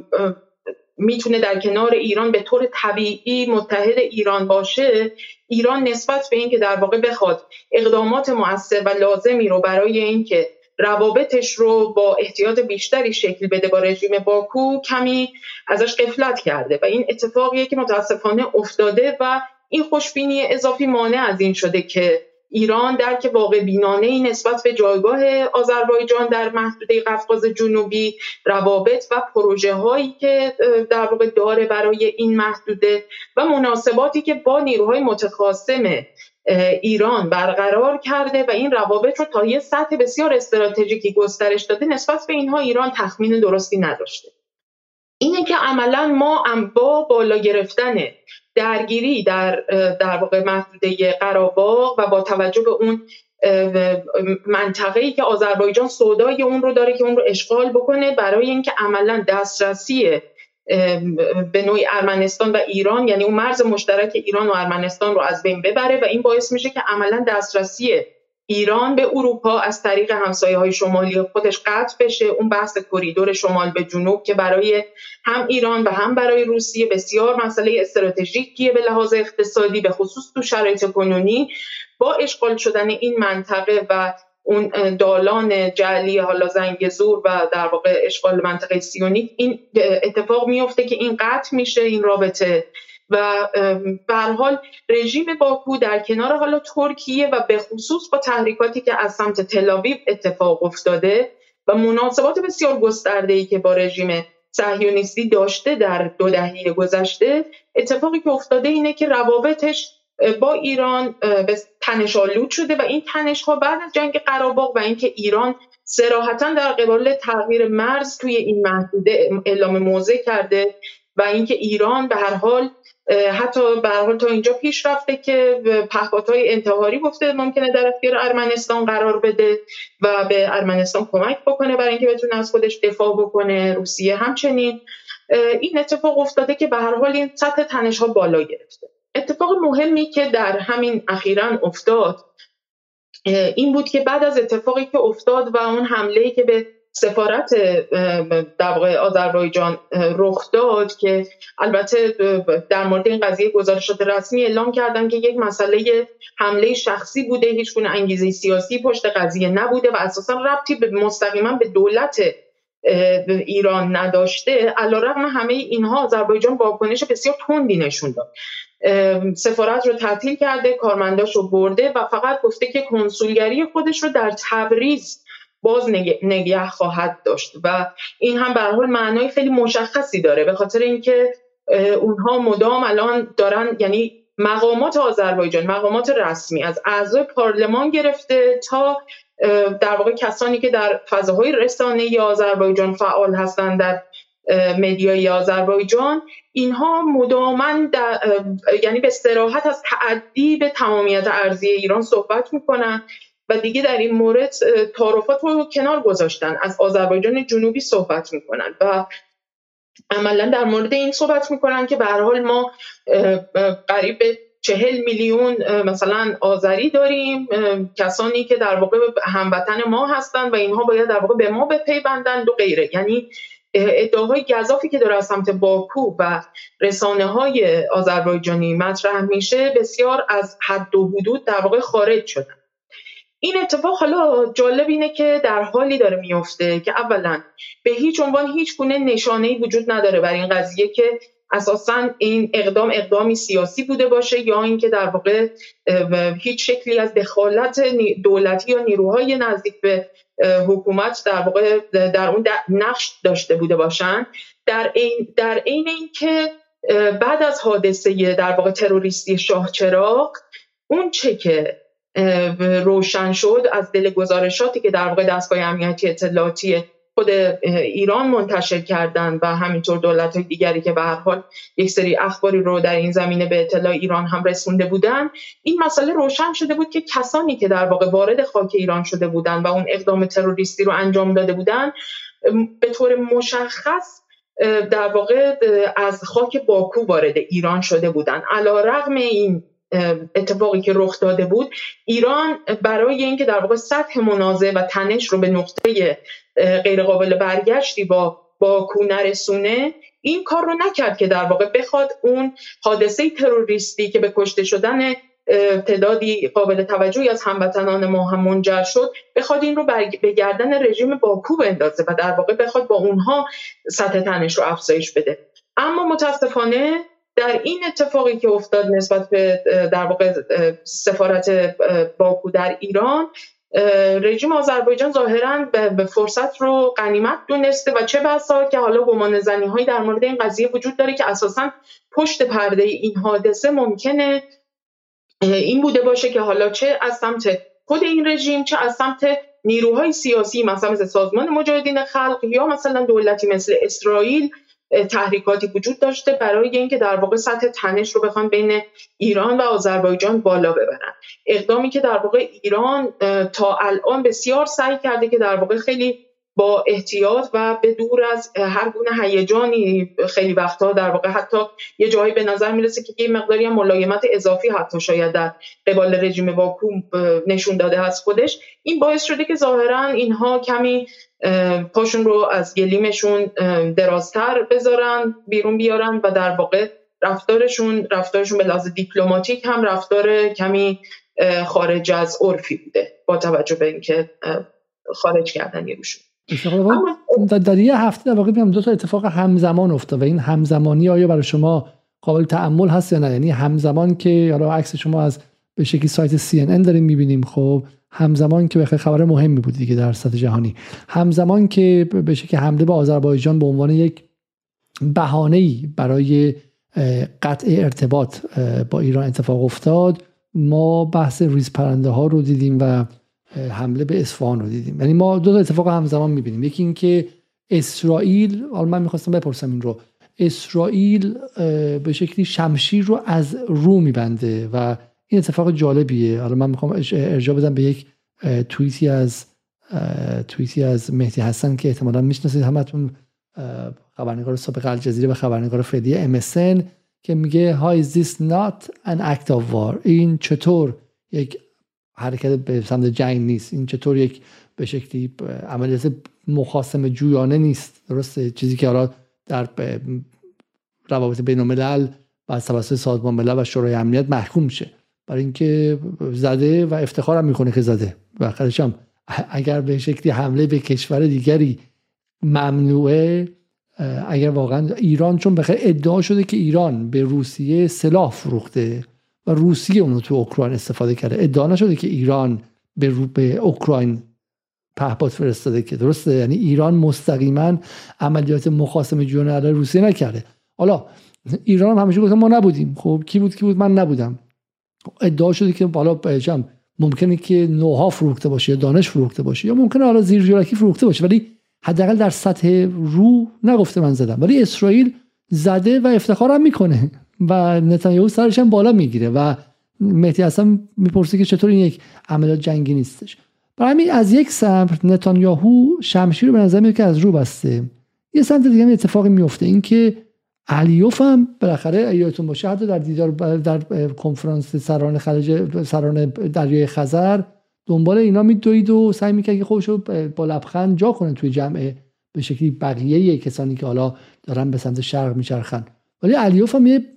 میتونه در کنار ایران به طور طبیعی متحد ایران باشه. ایران نسبت به این که در واقع بخواد اقدامات مؤثر و لازمی رو برای اینکه روابطش رو با احتیاط بیشتری شکل بده با رژیم باکو کمی ازش غفلت کرده و این اتفاقیه که متاسفانه افتاده و این خوشبینی اضافی مانع از این شده که ایران درک واقع بینانه‌ای نسبت به جایگاه آذربایجان در محدوده قفقاز جنوبی، روابط و پروژه هایی که در واقع داره برای این محدوده و مناسباتی که با نیروهای متخاصم ایران برقرار کرده و این روابط رو تا یه سطح بسیار استراتژیکی گسترش داده. نسبت به اینها ایران تخمین درستی نداشته. اینه که عملاً ما با بالا گرفتن درگیری در در واقع محدوده قره‌باغ و با توجه به اون منطقه‌ای که آذربایجان سودای اون رو داره که اون رو اشغال بکنه برای اینکه عملاً دسترسی به نوعی ارمنستان و ایران، یعنی اون مرز مشترک ایران و ارمنستان رو از بین ببره و این باعث میشه که عملاً دسترسی ایران به اروپا از طریق همسایه‌های شمالی خودش قطع بشه. اون بحث کریدور شمال به جنوب که برای هم ایران و هم برای روسیه بسیار مسئله استراتژیکیه به لحاظ اقتصادی، به خصوص تو شرایط کنونی با اشغال شدن این منطقه و اون دالان جعلی حالا زنگزور و در واقع اشغال منطقه سیونیک این اتفاق میفته که این قطع میشه این رابطه و به هر حال رژیم باکو در کنار حالا ترکیه و به خصوص با تحریکاتی که از سمت تل‌آویو اتفاق افتاده و مناسبات بسیار گسترده‌ای که با رژیم صهیونیستی داشته در دو دهه گذشته، اتفاقی که افتاده اینه که روابطش با ایران به تنش‌آلود شده و این تنش‌ها بعد از جنگ قره‌باغ و اینکه ایران صراحتاً در قبال تغییر مرز توی این محدوده اعلام موضع کرده و اینکه ایران به هر حال حتی به هر حال تا اینجا پیش رفته که پهپادهای انتحاری گفته ممکنه در اختیار ارمنستان قرار بده و به ارمنستان کمک بکنه برای اینکه بتونه از خودش دفاع بکنه. روسیه همچنین. این اتفاق افتاده که به هر حال این سطح تنش‌ها بالا گرفته. اتفاق مهمی که در همین اخیراً افتاد این بود که بعد از اتفاقی که افتاد و اون حمله‌ای که به سفارت در واقع آذربایجان رخ داد که البته در مورد این قضیه گزارشات رسمی اعلام کردن که یک مسئله حمله شخصی بوده، هیچ گونه انگیزه سیاسی پشت قضیه نبوده و اساساً ربطی به مستقیما به دولت ایران نداشته. علیرغم همه اینها آذربایجان واکنش بسیار تندی نشون داد. سفارت رو تعطیل کرده، کارمنداش رو برده و فقط گفته که کنسولگری خودش رو در تبریز باز نگه خواهد داشت و این هم به هر حال معنای خیلی مشخصی داره به خاطر اینکه اونها مدام الان دارن، یعنی مقامات آذربایجان، مقامات رسمی از اعضای پارلمان گرفته تا در واقع کسانی که در فضاهای رسانه‌ای آذربایجان فعال هستند در مدیای آذربایجان، اینها مداماً یعنی به صراحت از تعدی به تمامیت ارضی ایران صحبت میکنن و دیگه در این مورد تعارفات رو کنار گذاشتن، از آذربایجان جنوبی صحبت میکنن و عملا در مورد این صحبت میکنن که به هر حال ما قریب به چهل میلیون مثلا آذری داریم، کسانی که در واقع هموطن ما هستن و اینها باید در واقع به ما بپیوندند و غیره. یعنی ادعاهای گزافی که داره از سمت باکو و رسانه‌های آذربایجانی مطرح میشه بسیار از حد و حدود در واقع خارج شدن. این اتفاق حالا جالب اینه که در حالی داره میفته که اولا به هیچ عنوان هیچ گونه نشانه‌ای وجود نداره بر این قضیه که اساساً این اقدام اقدامی سیاسی بوده باشه یا اینکه در واقع هیچ شکلی از دخالت دولتی یا نیروهای نزدیک به حکومت در واقع در اون نقش داشته بوده باشن. در این در عین اینکه بعد از حادثه در واقع تروریستی شاهچراغ اون چه که روشن شد از دل گزارشاتی که در واقع دستگاه امنیتی اطلاعاتی خود ایران منتشر کردن و همینطور دولت‌های دیگری که به هر حال یک سری اخباری رو در این زمینه به اطلاع ایران هم رسونده بودن، این مسئله روشن شده بود که کسانی که در واقع وارد خاک ایران شده بودن و اون اقدام تروریستی رو انجام داده بودن به طور مشخص در واقع از خاک باکو وارد ایران شده بودن. علی‌رغم این اتفاقی که رخ داده بود، ایران برای اینکه در واقع سطح منازعه و تنش رو به نقطه غیر قابل برگشتی با باکو نرسونه، این کار رو نکرد که در واقع بخواد اون حادثه تروریستی که به کشته شدن تعدادی قابل توجهی از هموطنان ما هم منجر شد بخواد این رو به گردن رژیم باکو بندازه و در واقع بخواد با اونها سطح تنش رو افزایش بده. اما متاسفانه در این اتفاقی که افتاد نسبت به در واقع سفارت باکو در ایران، رژیم آذربایجان ظاهراً به فرصت رو غنیمت دونسته و چه بسا که حالا گمانه‌زنی‌هایی در مورد این قضیه وجود داره که اساساً پشت پرده این حادثه ممکنه این بوده باشه که حالا چه از سمت خود این رژیم چه از سمت نیروهای سیاسی مثلا مثل سازمان مجاهدین خلق یا مثلا دولتی مثل اسرائیل تحریکاتی وجود داشته برای اینکه در واقع سطح تنش رو بخوان بین ایران و آذربایجان بالا ببرن. اقدامی که در واقع ایران تا الان بسیار سعی کرده که در واقع خیلی با احتیاط و به دور از هر گونه هیجانی، خیلی وقتها در واقع حتی یه جایی به نظر میرسه که یه مقداری هم ملایمت اضافی حتی شاید در قبال رژیم باکو نشون داده از خودش، این باعث شده که ظاهرا اینها کمی پاشون رو از گلیمشون درازتر بذارن، بیرون بیارن و در واقع رفتارشون رفتارشون به لحاظ دیپلماتیک هم رفتار کمی خارج از عرفی بوده با توجه به اینکه خارج کردن نیروشون.
در, در یه هفته در واقع میگم دو تا اتفاق همزمان افتاد و این همزمانی آیا برای شما قابل تأمل هست یا نه؟ یعنی همزمان که حالا عکس شما از به شکلی سایت سی ان ان داریم میبینیم، خب همزمان که بخیر خبر مهمی بود دیگه در سطح جهانی، همزمان که به شکلی حمله به آذربایجان به عنوان یک بهانه‌ای برای قطع ارتباط با ایران اتفاق افتاد، ما بحث ریز پرنده ها رو دیدیم و حمله به اصفهان رو دیدیم. یعنی ما دو تا اتفاق همزمان میبینیم. یکی این که اسرائیل، حالا من میخواستم بپرسم این رو، اسرائیل به شکلی شمشیر رو از رو میبنده و این اتفاق جالبیه. حالا من میخوام ارجاع بدم به یک توییتی از توییتی از مهدی حسن که احتمالاً میشناسید همتون، خبرنگار سابق الجزیره و خبرنگار فعلی ام اس ان، که میگه How is this not an act of war؟ این چطور یک حرکت به سمت جنگ نیست؟ این چطور یک به شکلی عملیات مخاصمه جویانه نیست؟ درسته، چیزی که حالا در روابط بین الملل و توسط سازمان ملل و شورای امنیت محکوم شه برای اینکه زده و افتخارم میکنه که زده. و آخرش هم اگر به شکلی حمله به کشور دیگری ممنوعه، اگر واقعا ایران، چون بخیر ادعا شده که ایران به روسیه سلاح فروخته و روسیه اونو تو اوکراین استفاده کرده، ادعا نشده که ایران به رو به اوکراین پهپاد فرستاده، که درسته، یعنی ایران مستقیما عملیات مخاصمه جویانه علیه روسیه نکرده. حالا ایران هم همیشه گفت ما نبودیم. خب کی بود کی بود من نبودم. ادعا شده که بالا بهجام ممکنه که نوها فروخته باشه یا دانش فروخته باشه یا ممکنه حالا زیر جولکی فروخته باشه، ولی حداقل در سطح رو نگفته من زدم. ولی اسرائیل زده و افتخارم میکنه و نتانیاهو سرش هم بالا میگیره و مهدی حسن میپرسه که چطور این یک عملیات جنگی نیستش. برای همین از یک سمت نتانیاهو شمشیر رو به نظر میاد که از رو بسته، یه سمت دیگه هم اتفاقی میفته، این که علیوف هم بالاخره یادتون باشه حتی در دیدار در کنفرانس سران خلیج سران دریای خزر دنبال اینا میدوید و سعی میکرد که خودش رو با لبخند جا کنه توی جمع به شکلی بقیه کسانی که حالا دارن به سمت شرق میچرخن. ولی علیوف هم یه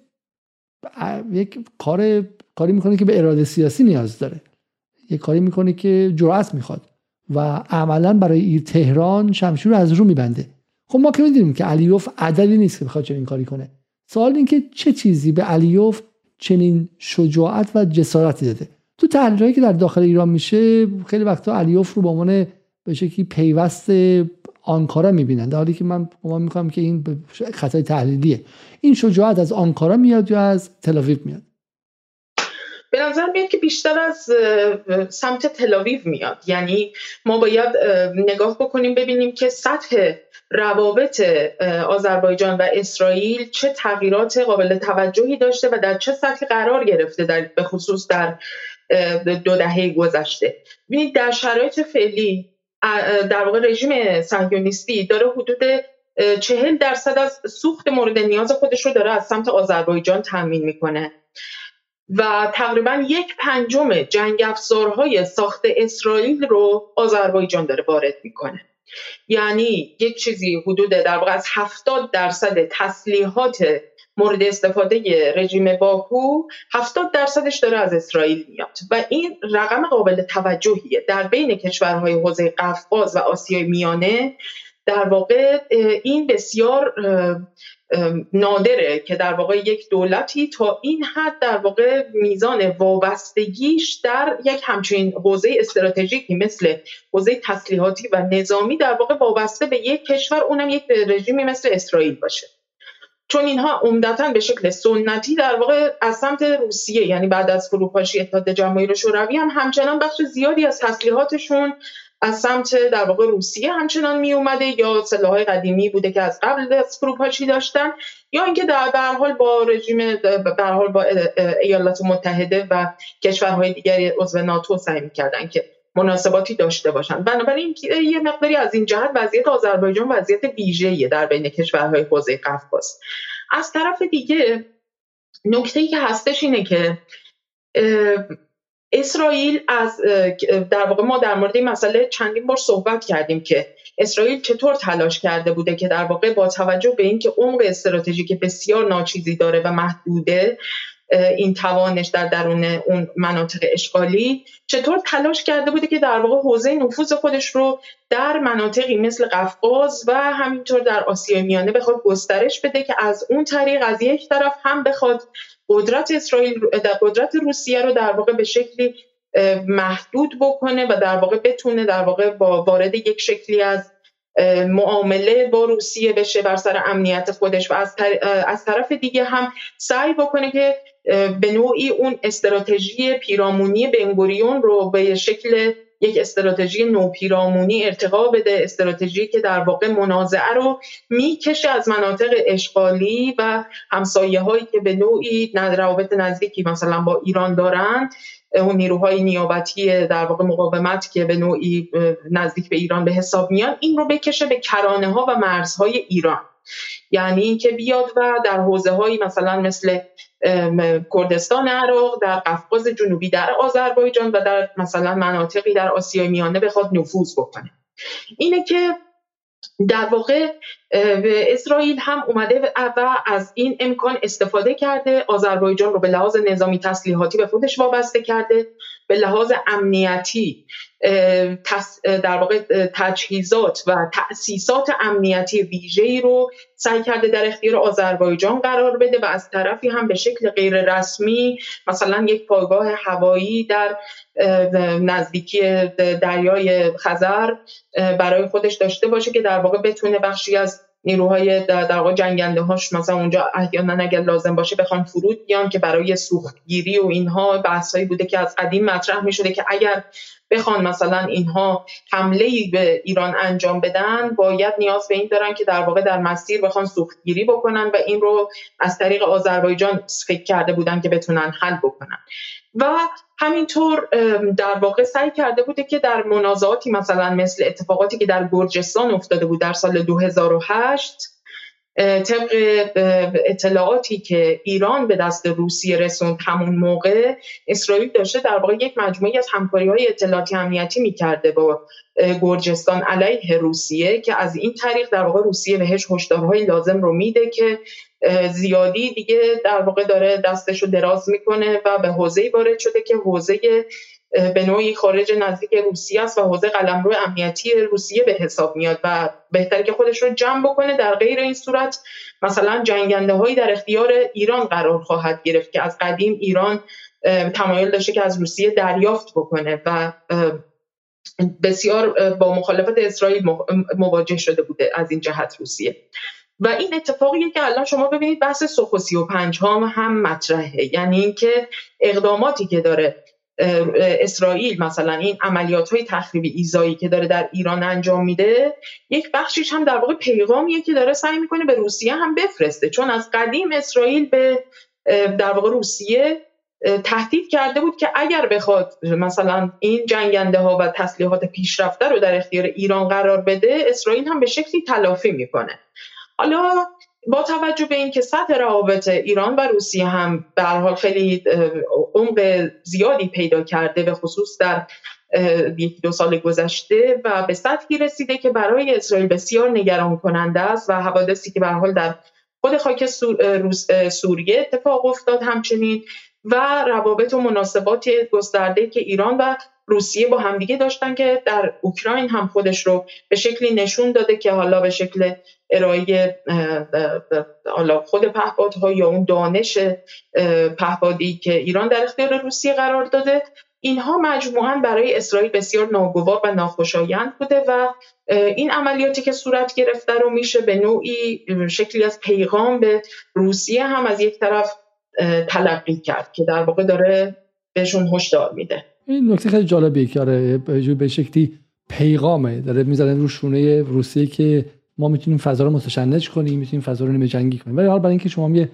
یک کار کاری میکنه که به اراده سیاسی نیاز داره، یه کاری میکنه که جرأت میخواد و عملا برای تهران شمشیر رو از رو میبنده. خب ما که میدونیم که علیوف عدلی نیست که بخواد چنین کاری کنه. سوال این که چه چیزی به علیوف چنین شجاعت و جسارتی داده؟ تو تحلیلایی که در داخل ایران میشه خیلی وقتا علیوف رو به عنوان به شکلی پیوست آنکارا میبینن، در حالی که من گمان میکنم که این خطای تحلیلیه. این شجاعت از آنکارا میاد یا از تل‌آویو میاد؟
به نظر میاد که بیشتر از سمت تل‌آویو میاد. یعنی ما باید نگاه بکنیم ببینیم که سطح روابط آذربایجان و اسرائیل چه تغییرات قابل توجهی داشته و در چه سطحی قرار گرفته در به خصوص در دو دهه گذشته. ببینید در شرایط فعلی در واقع رژیم صهیونیستی داره حدود چهل درصد از سوخت مورد نیاز خودش رو داره از سمت آذربایجان تامین میکنه و تقریبا یک پنجم جنگ افزارهای ساخت اسرائیل رو آذربایجان داره وارد میکنه. یعنی یک چیزی حدود در واقع از هفتاد درصد تسلیحات مورد استفاده رژیم باکو هفتاد درصدش داره از اسرائیل میاد و این رقم قابل توجهیه در بین کشورهای حوزه قفقاز و آسیای میانه. در واقع این بسیار نادره که در واقع یک دولتی تا این حد در واقع میزان وابستگیش در یک همچین حوزه استراتژیکی مثل حوزه تسلیحاتی و نظامی در واقع وابسته به یک کشور، اونم یک رژیمی مثل اسرائیل باشه، چون اینها عمدتاً به شکل سنتی در واقع از سمت روسیه، یعنی بعد از فروپاشی اتحاد جماهیر شوروی هم همچنان بخش زیادی از تسلیحاتشون از سمت در واقع روسیه همچنان می اومده، یا سلاح‌های قدیمی بوده که از قبل از فروپاشی داشتن، یا اینکه در هر حال با رژیم به هر حال با ایالات متحده و کشورهای دیگری عضو ناتو سعی می‌کردن که مناسباتی داشته باشن. بنابراین یه مقداری از این جهت وضعیت آذربایجان وضعیت ویژه‌ایه در بین کشورهای حوزه قفقاز. از طرف دیگه نکته‌ای که هستش اینه که اسرائیل از در واقع ما در مورد این مسئله چندین بار صحبت کردیم که اسرائیل چطور تلاش کرده بوده که در واقع با توجه به اینکه عمق استراتژیک بسیار ناچیزی داره و محدوده این توانش در درون اون مناطق اشغالی، چطور تلاش کرده بوده که در واقع حوزه نفوذ خودش رو در مناطقی مثل قفقاز و همینطور در آسیای میانه بخواد گسترش بده که از اون طریق از یک طرف هم بخواد قدرت اسرائیل در قدرت روسیه رو در واقع به شکلی محدود بکنه و در واقع بتونه در واقع با وارد یک شکلی از معامله با روسیه بشه بر سر امنیت خودش و از, از طرف دیگه هم سعی بکنه که به نوعی اون استراتژی پیرامونی بنگوریون رو به شکل یک استراتژی نوپیرامونی ارتقا بده، استراتژی که در واقع منازعه رو میکشه از مناطق اشغالی و همسایه‌هایی که به نوعی روابط نزدیکی مثلا با ایران دارن، اون نیروهای نیابتی در واقع مقاومت که به نوعی نزدیک به ایران به حساب میان، این رو بکشه به کرانه‌ها و مرزهای ایران. یعنی اینکه بیاد و در حوزه‌هایی مثلا مثل کردستان عراق، در قفقاز جنوبی، در آذربایجان و در مثلا مناطقی در آسیای میانه بخواد نفوذ بکنه. اینه که در واقع اسرائیل هم اومده و از این امکان استفاده کرده، آذربایجان رو به لحاظ نظامی تسلیحاتی به خودش وابسته کرده، به لحاظ امنیتی در واقع تجهیزات و تأسیسات امنیتی ویژه‌ای رو سعی کرده در اختیار آذربایجان قرار بده و از طرفی هم به شکل غیر رسمی مثلا یک پایگاه هوایی در نزدیکی دریای خزر برای خودش داشته باشه که در واقع بتونه بخشی از نیروهای در واقع جنگنده هاش مثلا اونجا احیانا اگر لازم باشه بخوان فرود بیان که برای سوختگیری و اینها بحثایی بوده که از قدیم مطرح می شده که اگر بخوان مثلا اینها حمله‌ای به ایران انجام بدن باید نیاز به این دارن که در واقع در مسیر بخوان سوختگیری بکنن و این رو از طریق آذربایجان فکر کرده بودن که بتونن حل بکنن. و همینطور در واقع سعی کرده بوده که در منازعاتی مثلا مثل اتفاقاتی که در گرجستان افتاده بود در سال دو هزار و هشت، طبق اطلاعاتی که ایران به دست روسیه رسوند همون موقع، اسرائیل داشته در واقع یک مجموعی از همکاری‌های اطلاعاتی امنیتی می‌کرده با گرجستان علیه روسیه که از این طریق در واقع روسیه بهش هشدارهای لازم رو میده که زیادی دیگه در واقع داره دستشو دراز میکنه و به حوزه‌ای وارد شده که حوزه به نوعی خارج نزدیک روسیه است و حوزه قلمرو امنیتی روسیه به حساب میاد و بهتره که خودش رو جمع بکنه. در غیر این صورت مثلا جنگنده هایی در اختیار ایران قرار خواهد گرفت که از قدیم ایران تمایل داشته که از روسیه دریافت بکنه و بسیار با مخالفت اسرائیل مواجه شده بوده از این جهت روسیه. و این اتفاقیه که الان شما ببینید بحث سوخو سی و پنج هم هم مطرحه، یعنی اینکه اقداماتی که داره اسرائیل، مثلا این عملیات‌های تخریبی ایذایی که داره در ایران انجام میده، یک بخشیش هم در واقع پیغامیه که داره سعی میکنه به روسیه هم بفرسته، چون از قدیم اسرائیل به در واقع روسیه تهدید کرده بود که اگر بخواد مثلا این جنگنده ها و تسلیحات پیشرفته رو در اختیار ایران قرار بده، اسرائیل هم به شکلی تلافی میکنه. حالا با توجه به این که سطح روابط ایران و روسیه هم به هر حال خیلی عمق زیادی پیدا کرده، به خصوص در یک دو سال گذشته، و به سطحی رسیده که برای اسرائیل بسیار نگران کننده است و حوادثی که به هر حال در خود خاک سوریه اتفاق افتاد همچنین، و روابط و مناسبات گسترده که ایران و روسیه با همدیگه داشتن که در اوکراین هم خودش رو به شکلی نشون داده که حالا به شکل ارائه حالا خود پهپادها یا اون دانش پهپادی که ایران در اختیار روسیه قرار داده، اینها مجموعاً برای اسرائیل بسیار ناگوار و ناخوشایند بوده و این عملیاتی که صورت گرفته رو میشه به نوعی شکلی از پیغام به روسیه هم از یک طرف تلقی کرد که در واقع داره بهشون هشدار میده.
این نکته خیلی جالبیه که آره به شکلی پیغامه داره میذارن رو شونه روسیه که ما میتونیم فضا رو متشنج کنیم، میتونیم فضا رو نیمه جنگی کنیم. ولی حالا برای اینکه شما یه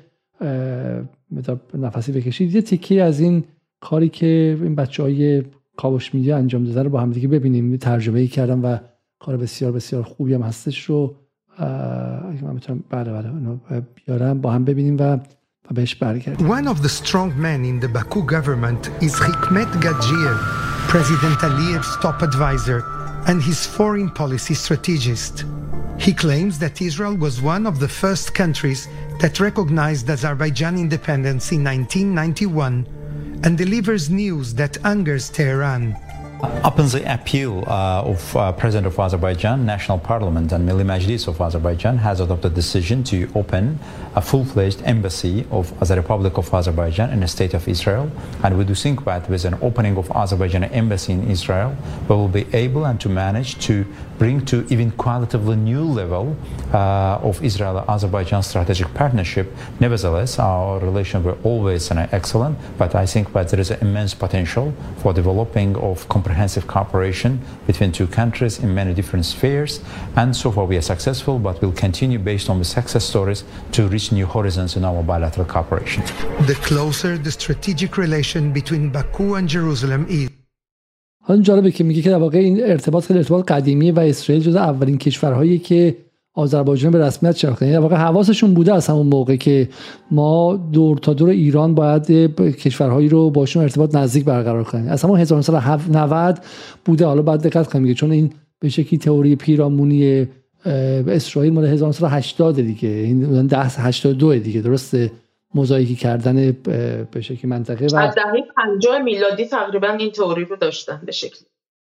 نفسی بکشید، یه تیکه از این کاری که این بچهای کاوش میدیا انجام دادن رو با هم دیگه ببینیم. ترجمه‌ای کردم و کار بسیار بسیار خوبی هم هستش رو اگه من میتونم بله بله اونو بیارم با هم ببینیم و بهش برگردیم.
One of the strong men in the Baku government is Hikmet Gadzhiev, President Aliyev's top advisor and his foreign policy strategist. He claims that Israel was one of the first countries that recognized Azerbaijan independence in nineteen ninety-one and delivers news that angers Tehran.
Upon the appeal uh, of uh, President of Azerbaijan, National Parliament and Milli Majlis of Azerbaijan has adopted a decision to open a full-fledged embassy of the Republic of Azerbaijan in the state of Israel. And we do think that with an opening of Azerbaijan embassy in Israel, we will be able and to manage to bring to even qualitatively new level uh, of Israel-Azerbaijan strategic partnership. Nevertheless, our relations were always uh, excellent, but I think that there is an immense potential for developing of comprehensive cooperation between two countries in many different spheres. And so far we are successful, but we'll continue based on the success stories to reach new horizons in our bilateral cooperation.
The closer the strategic relation between Baku and Jerusalem is.
حالا جالبه که میگه که در واقع این ارتباط خیلی ارتباط قدیمیه و اسرائیل جزو اولین کشورهایی که آذربایجان به رسمیت شناخته. یعنی در واقع حواسشون بوده از همون موقع که ما دور تا دور ایران باید کشورهایی رو باشون ارتباط نزدیک برقرار کنیم. از همون هزار و نهصد و نود بوده. حالا باید دقت کنیم چون این به شکلی تئوری پیرامونی اسرائیل مال هزار و نهصد و هشتاد دیگه، این ده هشتاد و دو دیگه، درسته؟ موزاییکی کردن به شکلی منطقه و
از دهه پنجاه میلادی تقریبا این تئوری رو داشتن به شکلی.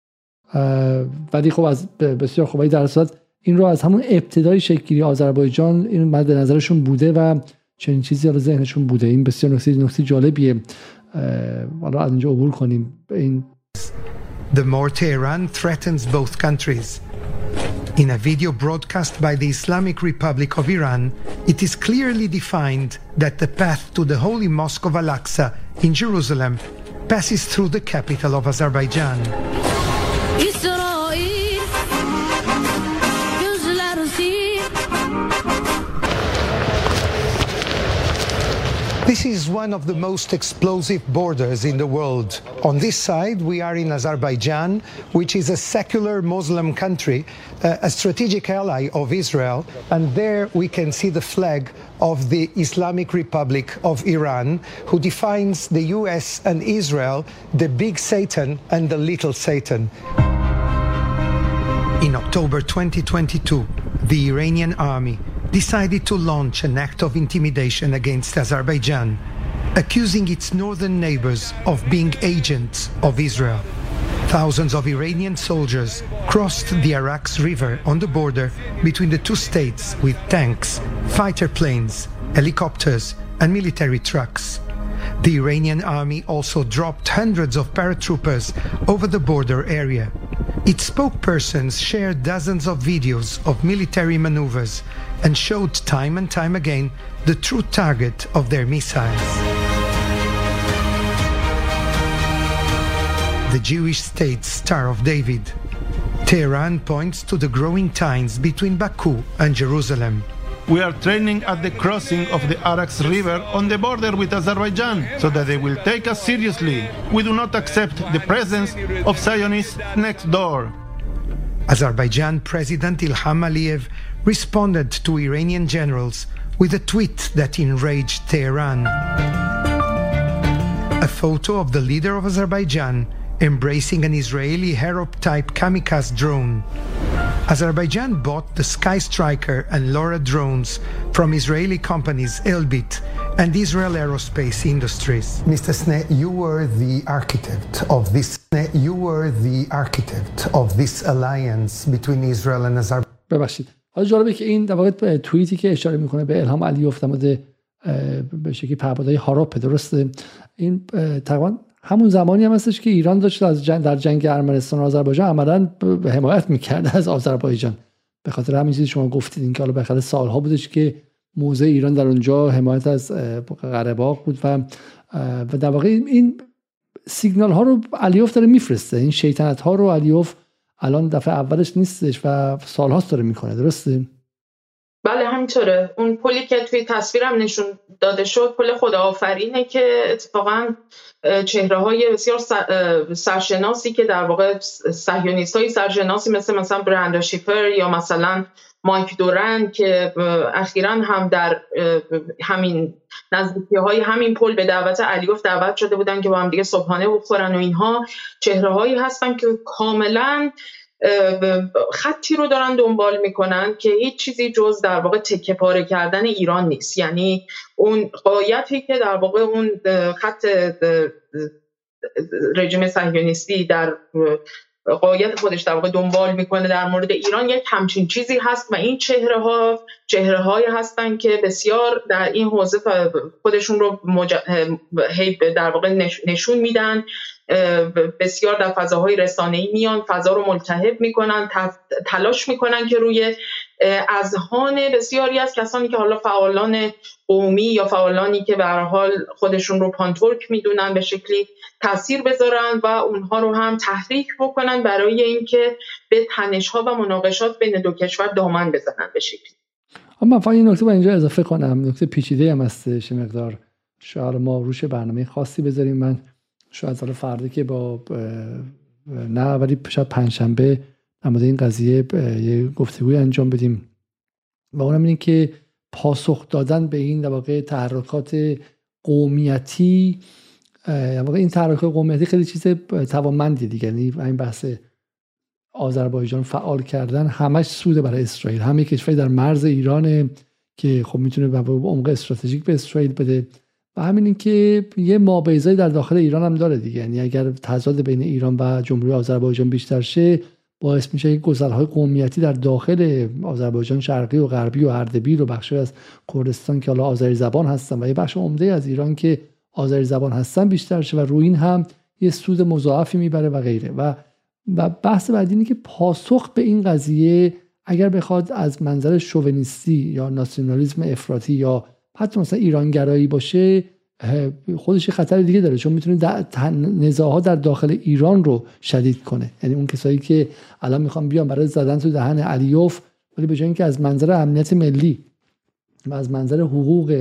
ولی خب از بسیار خوبی در صورت این رو از همون ابتدای شکلی آذربایجان این مد نظرشون بوده و چنین چیزی رو ذهنشون بوده. این بسیار نکته نکته جالبیه. حالا از اینجا عبور کنیم. این
The more Tehran threatens both countries. In a video broadcast by the Islamic Republic of Iran, it is clearly defined that the path to the Holy Mosque of Al-Aqsa in Jerusalem passes through the capital of Azerbaijan. This is one of the most explosive borders in the world. On this side, we are in Azerbaijan, which is a secular Muslim country, uh, a strategic ally of Israel, and there we can see the flag of the Islamic Republic of Iran, who defines the U S and Israel, the big Satan and the little Satan. In October twenty twenty-two, the Iranian army decided to launch an act of intimidation against Azerbaijan, accusing its northern neighbors of being agents of Israel. Thousands of Iranian soldiers crossed the Araks River on the border between the two states with tanks, fighter planes, helicopters, and military trucks. The Iranian army also dropped hundreds of paratroopers over the border area. Its spokespersons shared dozens of videos of military maneuvers and showed time and time again the true target of their missiles. The Jewish state Star of David. Tehran points to the growing ties between Baku and Jerusalem.
We are training at the crossing of the Araks River on the border with Azerbaijan so that they will take us seriously. We do not accept the presence of Zionists next door.
Azerbaijan President Ilham Aliyev responded to Iranian generals with a tweet that enraged Tehran. A photo of the leader of Azerbaijan embracing an Israeli Harop-type kamikaze drone. Azerbaijan bought the Sky Striker and LoRa drones from Israeli companies Elbit and Israel Aerospace Industries.
Mister Sneh, you were the architect of this. You were the architect of this alliance between Israel and Azerbaijan.
ببخشید. حالا جالبه که این در واقع توییتی که اشاره میکنه به الهام علیوف در مورد به شکلی پهپادهای هاروپ، درسته؟ این تقریبا همون زمانی هم هستش که ایران داشت از جنگ در جنگ ارمنستان و آذربایجان عملاً حمایت میکرد از آذربایجان. به خاطر همین چیزی شما گفتید این که حالا بخاطر سالها بودش که موضع ایران در اونجا حمایت از قره باغ بود و و در واقع این سیگنال ها رو علیوف داره میفرسته. این شیطنت ها رو علیوف الان دفعه اولش نیستش و سالهاست داره میکنه، درسته؟
بله همینطوره. اون پلی که توی تصویرم نشون داده شد پل خداآفرینه که اتفاقا چهره های بسیار سرشناسی که در واقع صهیونیست های سرشناسی مثل مثلا براندا شیفر یا مثلا مایک دورن که اخیراً هم در همین نزدیکی های همین پل به دعوت علیوف دعوت شده بودن که با هم دیگه صبحانه بخورن و اینها چهره هایی هستن که کاملاً خطی رو دارن دنبال میکنن که هیچ چیزی جز در واقع تکه پاره کردن ایران نیست. یعنی اون قایتی که در واقع اون خط رژیم صهیونیستی در قایت خودش در واقع دنبال میکنه در مورد ایران یک همچین چیزی هست و این چهره ها چهره هایی هستن که بسیار در این حوزه خودشون رو مج... در واقع نشون میدن، بسیار در فضاهای رسانه‌ای میان، فضا رو ملتهب میکنن، تلاش میکنن که روی اذهان بسیاری از کسانی که حالا فعالان قومی یا فعالانی که به هر حال خودشون رو پانتورک میدونن به شکلی تاثیر بذارن و اونها رو هم تحریک بکنن برای اینکه به تنش‌ها و مناقشات بین دو کشور دامن بزنن به شکلی.
اما فقط این نکته با اینجا اضافه کنم، نکته پیچیده هم هستش مقدار، شاید ما روش برنامه خاصی بذاریم. من شاید حالا فردا که با نه ولی شاید پنجشنبه در مورد این قضیه یه گفتگوی انجام بدیم و اونم اینه که پاسخ دادن به این در واقع تحرکات قومیتی، در واقع این تحرکات قومیتی خیلی چیز توانمندی دیگه، یعنی این بحث آذربایجان فعال کردن همش سود برای اسرائیل، همه کشوری در مرز ایرانه که خب میتونه به عمق استراتژیک به اسرائیل بده و همین این که یه مابعضایی در داخل ایران هم داره دیگه. یعنی اگر تضاد بین ایران و جمهوری آذربایجان بیشتر شه باعث میشه یک گسل‌های قومیتی در داخل آذربایجان شرقی و غربی و اردبیل و بخشی از کردستان که حالا آذری زبان هستن و یه بخش عمده از ایران که آذری زبان هستن بیشتر شه و روی این هم یه سود مضاعفی میبره و غیره. و و بحث بعدی اینه که پاسخ به این قضیه اگر بخواد از منظر شوونیستی یا ناسیونالیسم افراطی یا حتی مثلا ایرانگرایی باشه خودش خطر دیگه داره، چون میتونه نزاعات در داخل ایران رو شدید کنه. یعنی اون کسایی که الان میخوان بیان برای زدن تو دهن علیوف ولی به جای اینکه از منظر امنیت ملی و از منظر حقوق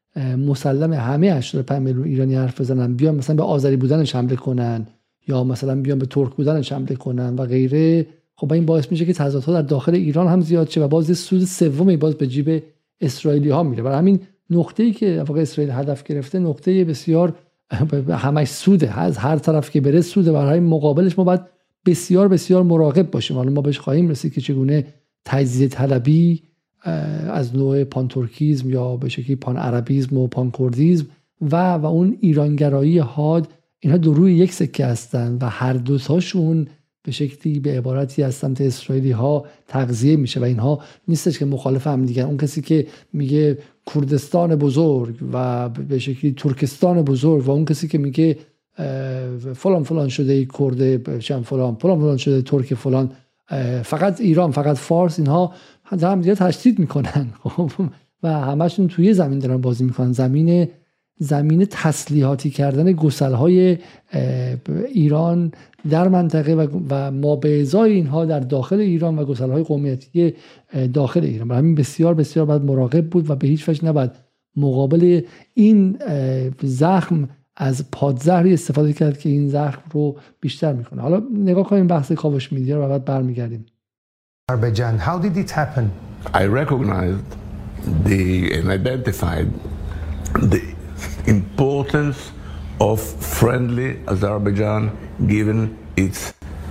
مسلم همه هشتاد و پنج میلیون ایرانی حرف بزنن، بیان مثلا به آذری بودنش حمله کنن یا مثلا بیان به ترک بودنش حمله کنن و غیره، خب این باعث میشه که تضادها در داخل ایران هم زیاد شه و باز سود سومی باز به جیب اسرائیلی ها میره. برای همین نقطه‌ای که واقعا اسرائیل هدف گرفته نقطه بسیار همش سوده، از هر طرف که بره سوده. برای مقابلش ما باید بسیار بسیار مراقب باشیم. حالا ما بهش خواهیم رسید که چگونه تجزیه طلبی از نوع پانترکیزم یا به شکلی پان عربیزم و پان کردیزم و و اون ایرانگرایی حاد، اینها دو روی یک سکه هستند و هر دو تاشون به شکلی به عبارتی از سمت اسرائیلی ها تغذیه میشه و اینها نیستش که مخالف هم دیگر. اون کسی که میگه کردستان بزرگ و به شکلی ترکستان بزرگ و اون کسی که میگه فلان فلان شده کرد چم فلان فلان فلان شده ترک فلان فقط ایران فقط فارس، اینها هم دیگه تشدید میکنن و همشون توی زمین دارن بازی میکنن، زمین زمین تسلیحاتی کردن گسلهای ایران در منطقه و, و ما به ازای اینها در داخل ایران و گسلهای قومیتی داخل ایران. برای همین بسیار بسیار باید مراقب بود و به هیچ وجه نباید مقابل این زخم از پادزهری استفاده کرد که این زخم رو بیشتر میکنه. حالا نگاه کنیم بحث کاوش میدیا رو و بعد برمیگردیم.
Azerbaijan, how did it happen?
I recognized the and identified the importance of friendly Azerbaijan given its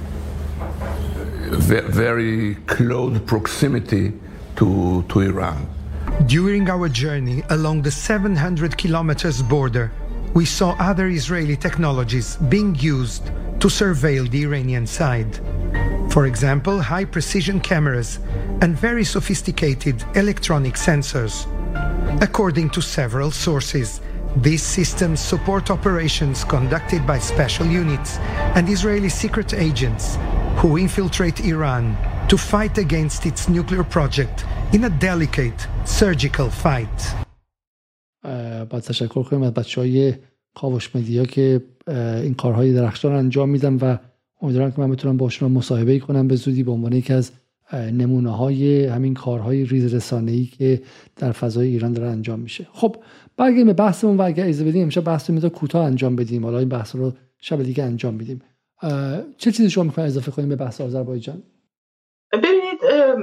very close proximity to, to Iran.
During our journey along the seven hundred kilometers border, we saw other Israeli technologies being used to surveil the Iranian side. For example, high-precision cameras and very sophisticated electronic sensors. According to several sources, these systems support operations conducted by special units and Israeli secret agents who infiltrate Iran to fight against its nuclear project in a delicate surgical fight.
با تشکر کنیم از بچه‌های کاوش مدیا که این کارهای درخشان انجام میدن و امیدوارم که من بتونم باشون مصاحبه کنم به زودی به عنوان یکی از نمونه‌های همین کارهای ریز رسانه‌ای که در فضای ایران داره انجام میشه. خب برگردیم به بحثمون و اگه اجازه بدیم امشب بحث رو میذارم کوتاه انجام بدیم، حالا این بحث رو شب دیگه انجام میدیم. چه چیزی شما میخواین اضافه کنیم به بحث آذربایجان؟
ببینید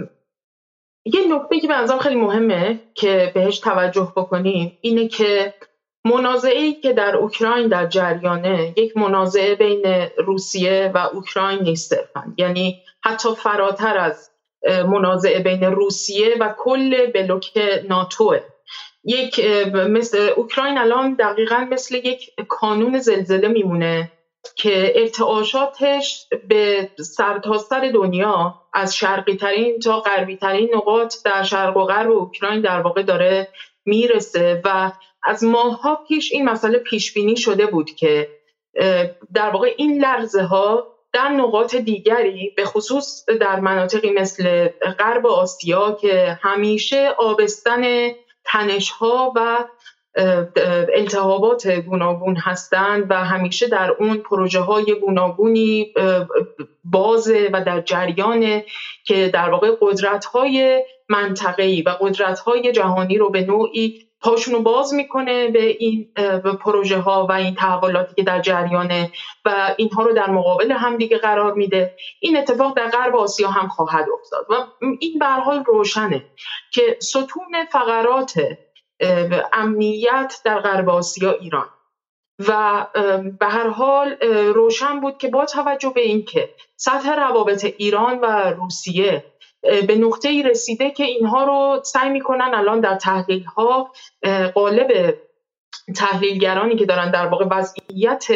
یه نکته که به نظرم خیلی مهمه که بهش توجه بکنیم اینه که منازعه‌ای که در اوکراین در جریانه یک منازعه بین روسیه و اوکراین نیست صرفاً، یعنی حتی فراتر از منازعه بین روسیه و کل بلوک ناتوه. یک مثل اوکراین الان دقیقاً مثل یک کانون زلزله میمونه که ارتعاشاتش به سرتاسر دنیا از شرقی ترین تا غربی ترین نقاط در شرق و غرب اوکراین در واقع داره میرسه و از ماه‌ها پیش این مسئله پیش بینی شده بود که در واقع این لرزه ها در نقاط دیگری به خصوص در مناطقی مثل غرب آسیا که همیشه آبستن تنش‌ها و التهابات گوناگون هستند و همیشه در اون پروژه‌های گوناگونی بازه و در جریان که در واقع قدرت‌های منطقه‌ای و قدرت‌های جهانی رو به نوعی پاشونو باز میکنه به این به پروژه ها و این تحولاتی که در جریانه و اینها رو در مقابل هم دیگه قرار میده. این اتفاق در غرب آسیا هم خواهد افتاد و این به هر حال روشنه که ستون فقرات امنیت در غرب آسیا ایران و به هر حال روشن بود که با توجه به اینکه سطح روابط ایران و روسیه به نقطه‌ای رسیده که اینها رو سعی می‌کنن الان در تحلیل‌ها قالب تحلیلگرانی که دارن در واقع وضعیت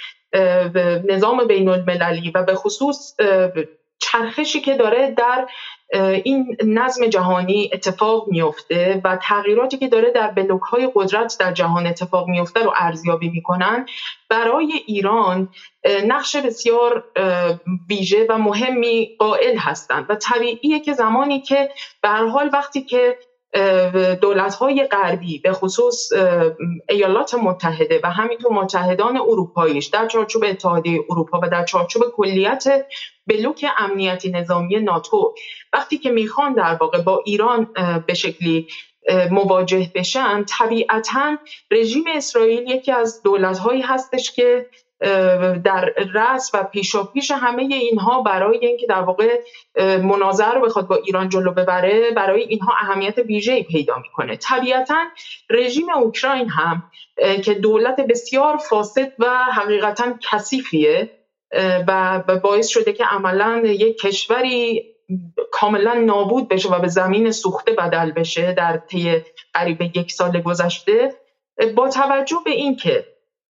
نظام بین‌المللی و به خصوص چرخشی که داره در این نظم جهانی اتفاق میفته و تغییراتی که داره در بلوک‌های قدرت در جهان اتفاق میفته رو ارزیابی میکنن، برای ایران نقش بسیار ویژه و مهمی قائل هستند و طبیعیه که زمانی که به هر حال وقتی که دولت‌های غربی به خصوص ایالات متحده و همینطور متحدان اروپاییش در چارچوب اتحادیه اروپا و در چارچوب کلیت بلوک امنیتی نظامی ناتو وقتی که میخوان در واقع با ایران به شکلی مواجه بشن، طبیعتاً رژیم اسرائیل یکی از دولت‌هایی هستش که در رأس و پیشاپیش همه اینها برای اینکه در واقع مناظره رو بخواد با ایران جلو ببره، برای اینها اهمیت ویژه‌ای پیدا میکنه. طبیعتاً رژیم اوکراین هم که دولت بسیار فاسد و حقیقتاً کثیفیه و باعث شده که عملاً یک کشوری کاملا نابود بشه و به زمین سوخته بدل بشه در طی قریب یک سال گذشته، با توجه به این که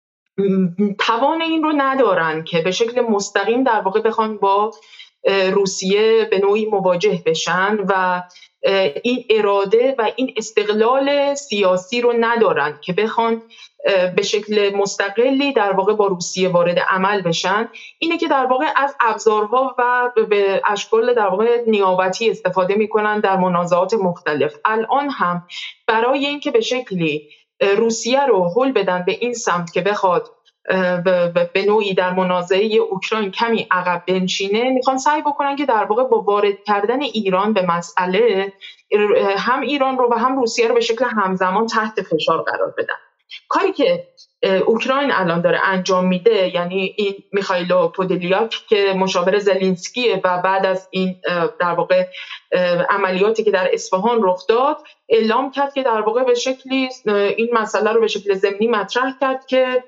توان این رو ندارن که به شکل مستقیم در واقع بخوان با روسیه به نوعی مواجه بشن و این اراده و این استقلال سیاسی رو ندارن که بخوان به شکل مستقلی در واقع با روسیه وارد عمل بشن، اینه که در واقع از ابزارها و به اشکال در واقع نیابتی استفاده میکنن در منازعات مختلف. الان هم برای اینکه به شکلی روسیه رو هل بدن به این سمت که بخواد به نوعی در منازعه اوکراین کمی عقب بنشینه، میخوان سعی بکنن که در واقع با وارد کردن ایران به مسئله هم ایران رو و هم روسیه رو به شکل همزمان تحت فشار قرار بدن. کاری که اوکراین الان داره انجام میده، یعنی این میخائیل پودلیاک که مشاور زلنسکیه و بعد از این در واقع عملیاتی که در اصفهان رخ داد، اعلام کرد که در واقع به شکلی این مسئله رو به شکل ضمنی مطرح کرد که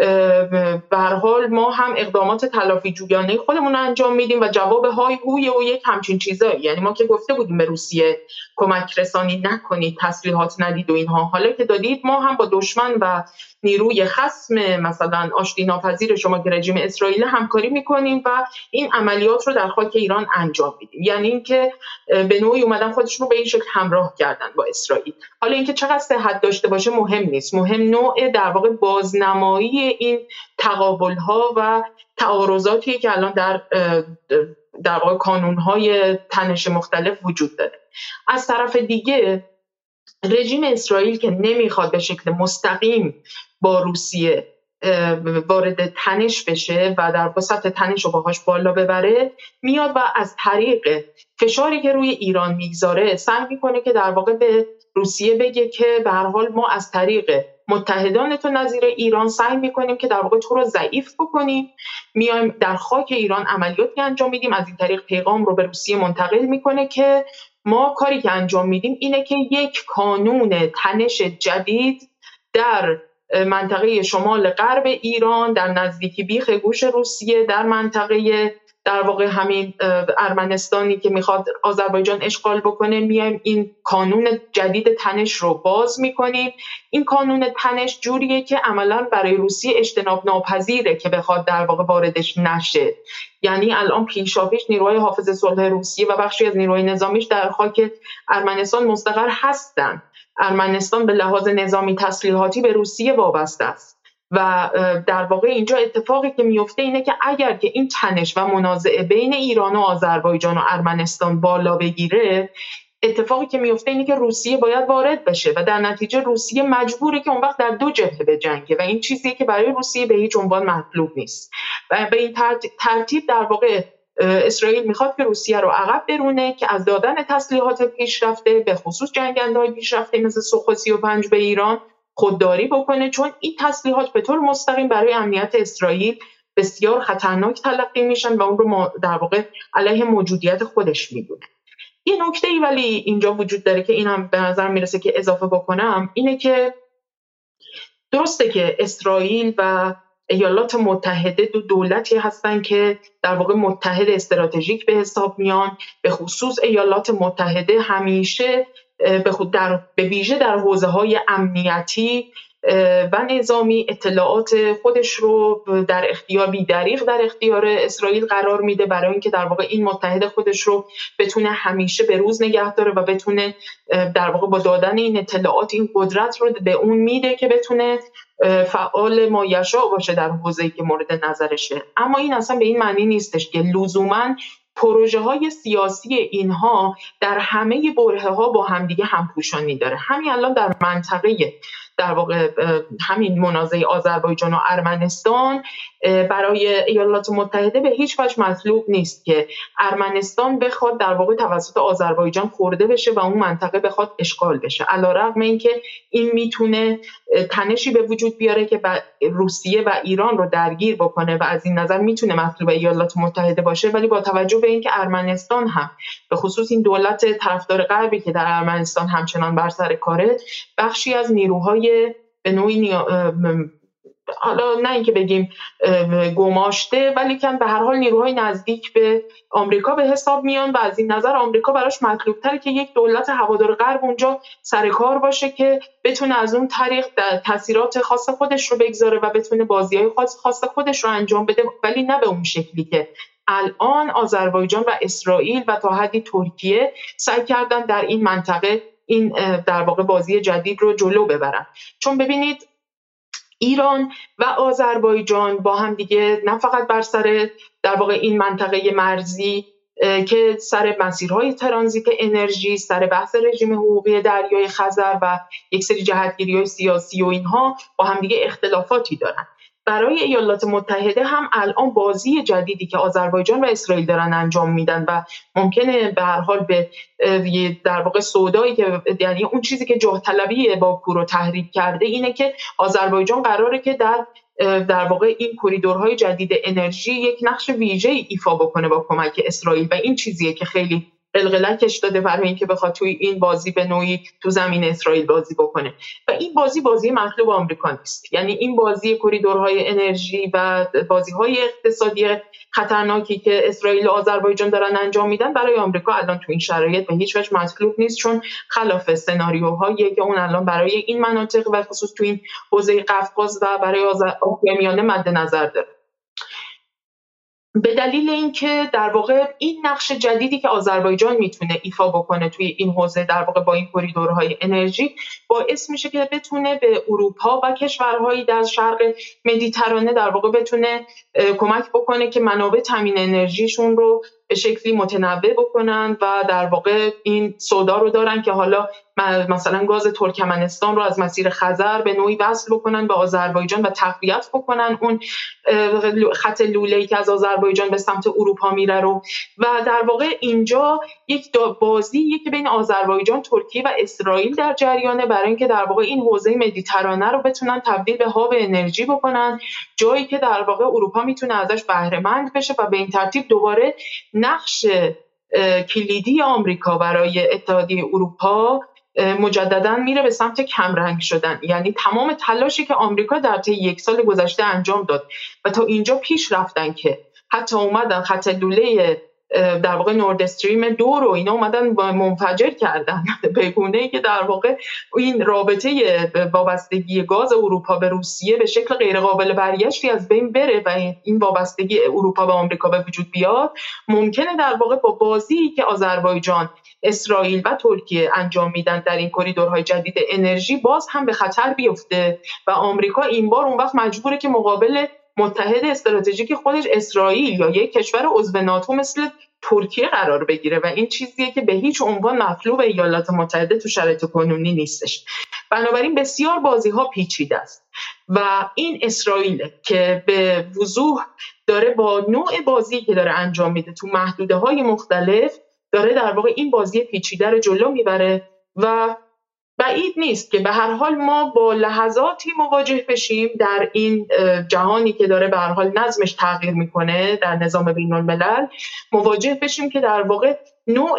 به هر حال ما هم اقدامات تلافی جویانه خودمون رو انجام میدیم و جواب های هوی و یک همچین چیزایی. یعنی ما که گفته بودیم به روسیه کمک رسانی نکنید، تسلیحات ندید و اینها، حالا که دادید ما هم با دشمن و نیروی خصم مثلا آشتی ناپذیر شما که رژیم اسرائیل همکاری میکنیم و این عملیات رو در خاک ایران انجام میدیم. یعنی اینکه به نوعی اومدن خودشون رو به این شکل همراه کردن با اسرائیل. حالا اینکه چقدر صحت داشته باشه مهم نیست، مهم نوع در واقع بازنمایی این تقابل‌ها و تعارضاتی که الان در در واقع کانون‌های تنش مختلف وجود داره. از طرف دیگه رژیم اسرائیل که نمیخواد به شکل مستقیم با روسیه وارد تنش بشه و در وسط تنش رو باهاش بالا ببره، میاد و از طریق فشاری که روی ایران میگذاره سعی میکنه که در واقع به روسیه بگه که به هر حال ما از طریق متحدان تو نظیر ایران سعی میکنیم که در واقع تو رو ضعیف بکنیم، میایم در خاک ایران عملیاتی انجام میدیم. از این طریق پیغام رو به روسیه منتقل میکنه که ما کاری که انجام میدیم اینه که یک کانون تنش جدید در منطقه شمال غرب ایران، در نزدیکی بیخ گوش روسیه، در منطقه در واقع همین ارمنستانی که میخواد آذربایجان اشغال بکنه، میایم این کانون جدید تنش رو باز میکنیم. این کانون تنش جوریه که عملاً برای روسیه اجتناب ناپذیره که بخواد در واقع واردش نشه. یعنی الان پیشاپیش نیروهای حافظ صلح روسیه و بخشی از نیروهای نظامیش در خاک ارمنستان مستقر هستن. ارمنستان به لحاظ نظامی تسلیحاتی به روسیه وابسته است و در واقع اینجا اتفاقی که میفته اینه که اگر که این تنش و منازعه بین ایران و آذربایجان و ارمنستان بالا بگیره، اتفاقی که میفته اینه که روسیه باید وارد بشه و در نتیجه روسیه مجبوره که اون وقت در دو جبهه بجنگه و این چیزیه که برای روسیه به هیچ عنوان مطلوب نیست. و به این ترتیب در واقع اسرائیل میخواد که روسیه رو عقب برونه که از دادن تسلیحات پیشرفته به خصوص جنگنده‌های پیشرفته مثل سوخو سی و پنج به ایران خودداری بکنه، چون این تسلیحات به طور مستقیم برای امنیت اسرائیل بسیار خطرناک تلقی میشن و اون رو در واقع علیه موجودیت خودش میدونه. یه نکته‌ای ولی اینجا وجود داره که این هم به نظر میرسه که اضافه بکنم، اینه که درسته که اسرائیل و ایالات متحده دو دولتی هستن که در واقع متحد استراتژیک به حساب میان، به خصوص ایالات متحده همیشه به خود در به ویژه در حوزه‌های امنیتی و نظامی اطلاعات خودش رو در اختیار بی‌دریغ در اختیار اسرائیل قرار میده برای اینکه در واقع این متحد خودش رو بتونه همیشه به روز نگه داره و بتونه در واقع با دادن این اطلاعات این قدرت رو به اون میده که بتونه فعال مایشاء باشه در حوزه‌ای که مورد نظرشه. اما این اصلا به این معنی نیستش که لزوماً پروژه های سیاسی اینها در همه برهه ها با همدیگه همپوشانی داره. همین الان در منطقه در واقع همین منازعه آذربایجان و ارمنستان برای ایالات متحده به هیچ وجه مطلوب نیست که ارمنستان بخواد در واقع توسط آذربایجان خورده بشه و اون منطقه بخواد اشغال بشه، علیرغم اینکه این میتونه تنشی به وجود بیاره که روسیه و ایران رو درگیر بکنه و از این نظر میتونه مطلوب ایالات متحده باشه، ولی با توجه به اینکه ارمنستان هم به خصوص این دولت طرفدار غربی که در ارمنستان همچنان بر سر کاره، بخشی از نیروهای به نوعی نیا... حالا نه اینکه بگیم گماشته، ولی کن به هر حال نیروهای نزدیک به آمریکا به حساب میان و از این نظر آمریکا براش مطلوب تره که یک دولت هوادار غرب اونجا سر کار باشه که بتونه از اون طریق تاثیرات خاص خودش رو بگذاره و بتونه بازی‌های خاص خاص خودش رو انجام بده، ولی نه به اون شکلی که الان آذربایجان و اسرائیل و تا حدی ترکیه سعی کردن در این منطقه این در واقع بازی جدید رو جلو ببرن. چون ببینید ایران و آذربایجان با هم دیگه نه فقط بر سر در واقع این منطقه مرزی که سر مسیرهای ترانزیت انرژی، سر بحث رژیم حقوقی دریای خزر و یک سری جهتگیری‌های سیاسی و اینها با هم دیگه اختلافاتی دارن. برای ایالات متحده هم الان بازی جدیدی که آذربایجان و اسرائیل دارن انجام میدن و ممکنه به هر حال به در واقع سودایی که یعنی اون چیزی که جاه طلبی باکو رو تحریک کرده اینه که آذربایجان قراره که در در واقع این کریدورهای جدید انرژی یک نقش ویژه‌ای ایفا بکنه با کمک اسرائیل و این چیزیه که خیلی قلقلکش داده برای اینکه بخواد توی این بازی به نوعی تو زمین اسرائیل بازی بکنه و این بازی بازی مطلوب آمریکا نیست. یعنی این بازی کریدورهای انرژی و بازی‌های اقتصادی خطرناکی که اسرائیل و آذربایجان دارن انجام میدن برای آمریکا الان تو این شرایط به هیچ وجه مطلوب نیست، چون خلاف سناریوهایی که اون الان برای این مناطق و خصوص تو این حوزه قفقاز و برای آسیای میانه مد نظر داره. به دلیل اینکه در واقع این نقش جدیدی که آذربایجان میتونه ایفا بکنه توی این حوزه در واقع با این کریدورهای انرژی باعث میشه که بتونه به اروپا و کشورهایی در شرق مدیترانه در واقع بتونه کمک بکنه که منابع تامین انرژیشون رو به شکلی متنوع بکنن و در واقع این سودا رو دارن که حالا مثلا گاز ترکمنستان رو از مسیر خزر به نوعی وصل بکنن به آذربایجان و تقویت بکنن اون خط لوله‌ای که از آذربایجان به سمت اروپا میره رو و در واقع اینجا یک بازیه که بین آذربایجان، ترکیه و اسرائیل در جریانه برای اینکه در واقع این حوزه مدیترانه رو بتونن تبدیل به هاب انرژی بکنن، جایی که در واقع اروپا میتونه ازش بهره مند بشه و به این ترتیب دوباره نقش کلیدی آمریکا برای اتحادیه اروپا مجددا میره به سمت کمرنگ شدن. یعنی تمام تلاشی که آمریکا در طی یک سال گذشته انجام داد و تا اینجا پیش رفتن که حتی اومدن خط لوله در واقع نورد استریم دو رو اینا اومدن منفجر کردن به گونه‌ای که در واقع این رابطه وابستگی گاز اروپا به روسیه به شکل غیر قابل برگشتی از بین بره و این وابستگی اروپا به آمریکا به وجود بیاد. ممکنه در واقع با بازی که آذربایجان، اسرائیل و ترکیه انجام میدن در این کریدورهای جدید انرژی باز هم به خطر بیفته و آمریکا این بار اون وقت مجبوره که مقابل متحد استراتژیک خودش اسرائیل یا یک کشور عضو ناتو مثل ترکیه قرار بگیره و این چیزیه که به هیچ عنوان مطلوب ایالات متحده تو شرایط کنونی نیستش. بنابراین بسیار بازی‌ها پیچیده است و این اسرائیل که به وضوح داره با نوع بازی که داره انجام میده تو محدوده‌های مختلف داره در واقع این بازی پیچیده رو جلو میبره و بعید نیست که به هر حال ما با لحظاتی مواجه بشیم در این جهانی که داره به هر حال نظمش تغییر میکنه در نظام بین الملل، مواجه بشیم که در واقع نوع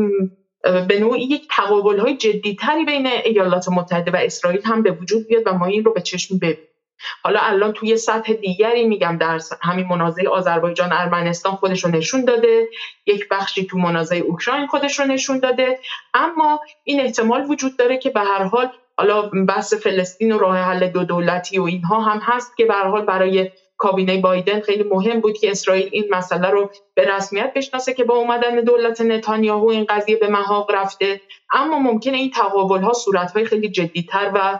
به نوعی یک تقابل‌های جدی‌تری بین ایالات متحده و اسرائیل هم به وجود بیاد و ما این رو به چشم ببینیم. حالا الان توی سطح دیگری میگم در همین منازعه آذربایجان ارمنستان خودش رو نشون داده، یک بخشی تو منازعه اوکراین خودش رو نشون داده، اما این احتمال وجود داره که به هر حال حالا بحث فلسطین و راه حل دو دولتی و اینها هم هست که به هر حال برای کابینه بایدن خیلی مهم بود که اسرائیل این مسئله رو به رسمیت بشناسه که با اومدن دولت نتانیاهو این قضیه به محاق رفته، اما ممکنه این تقابل‌ها صورت‌های خیلی جدی‌تر و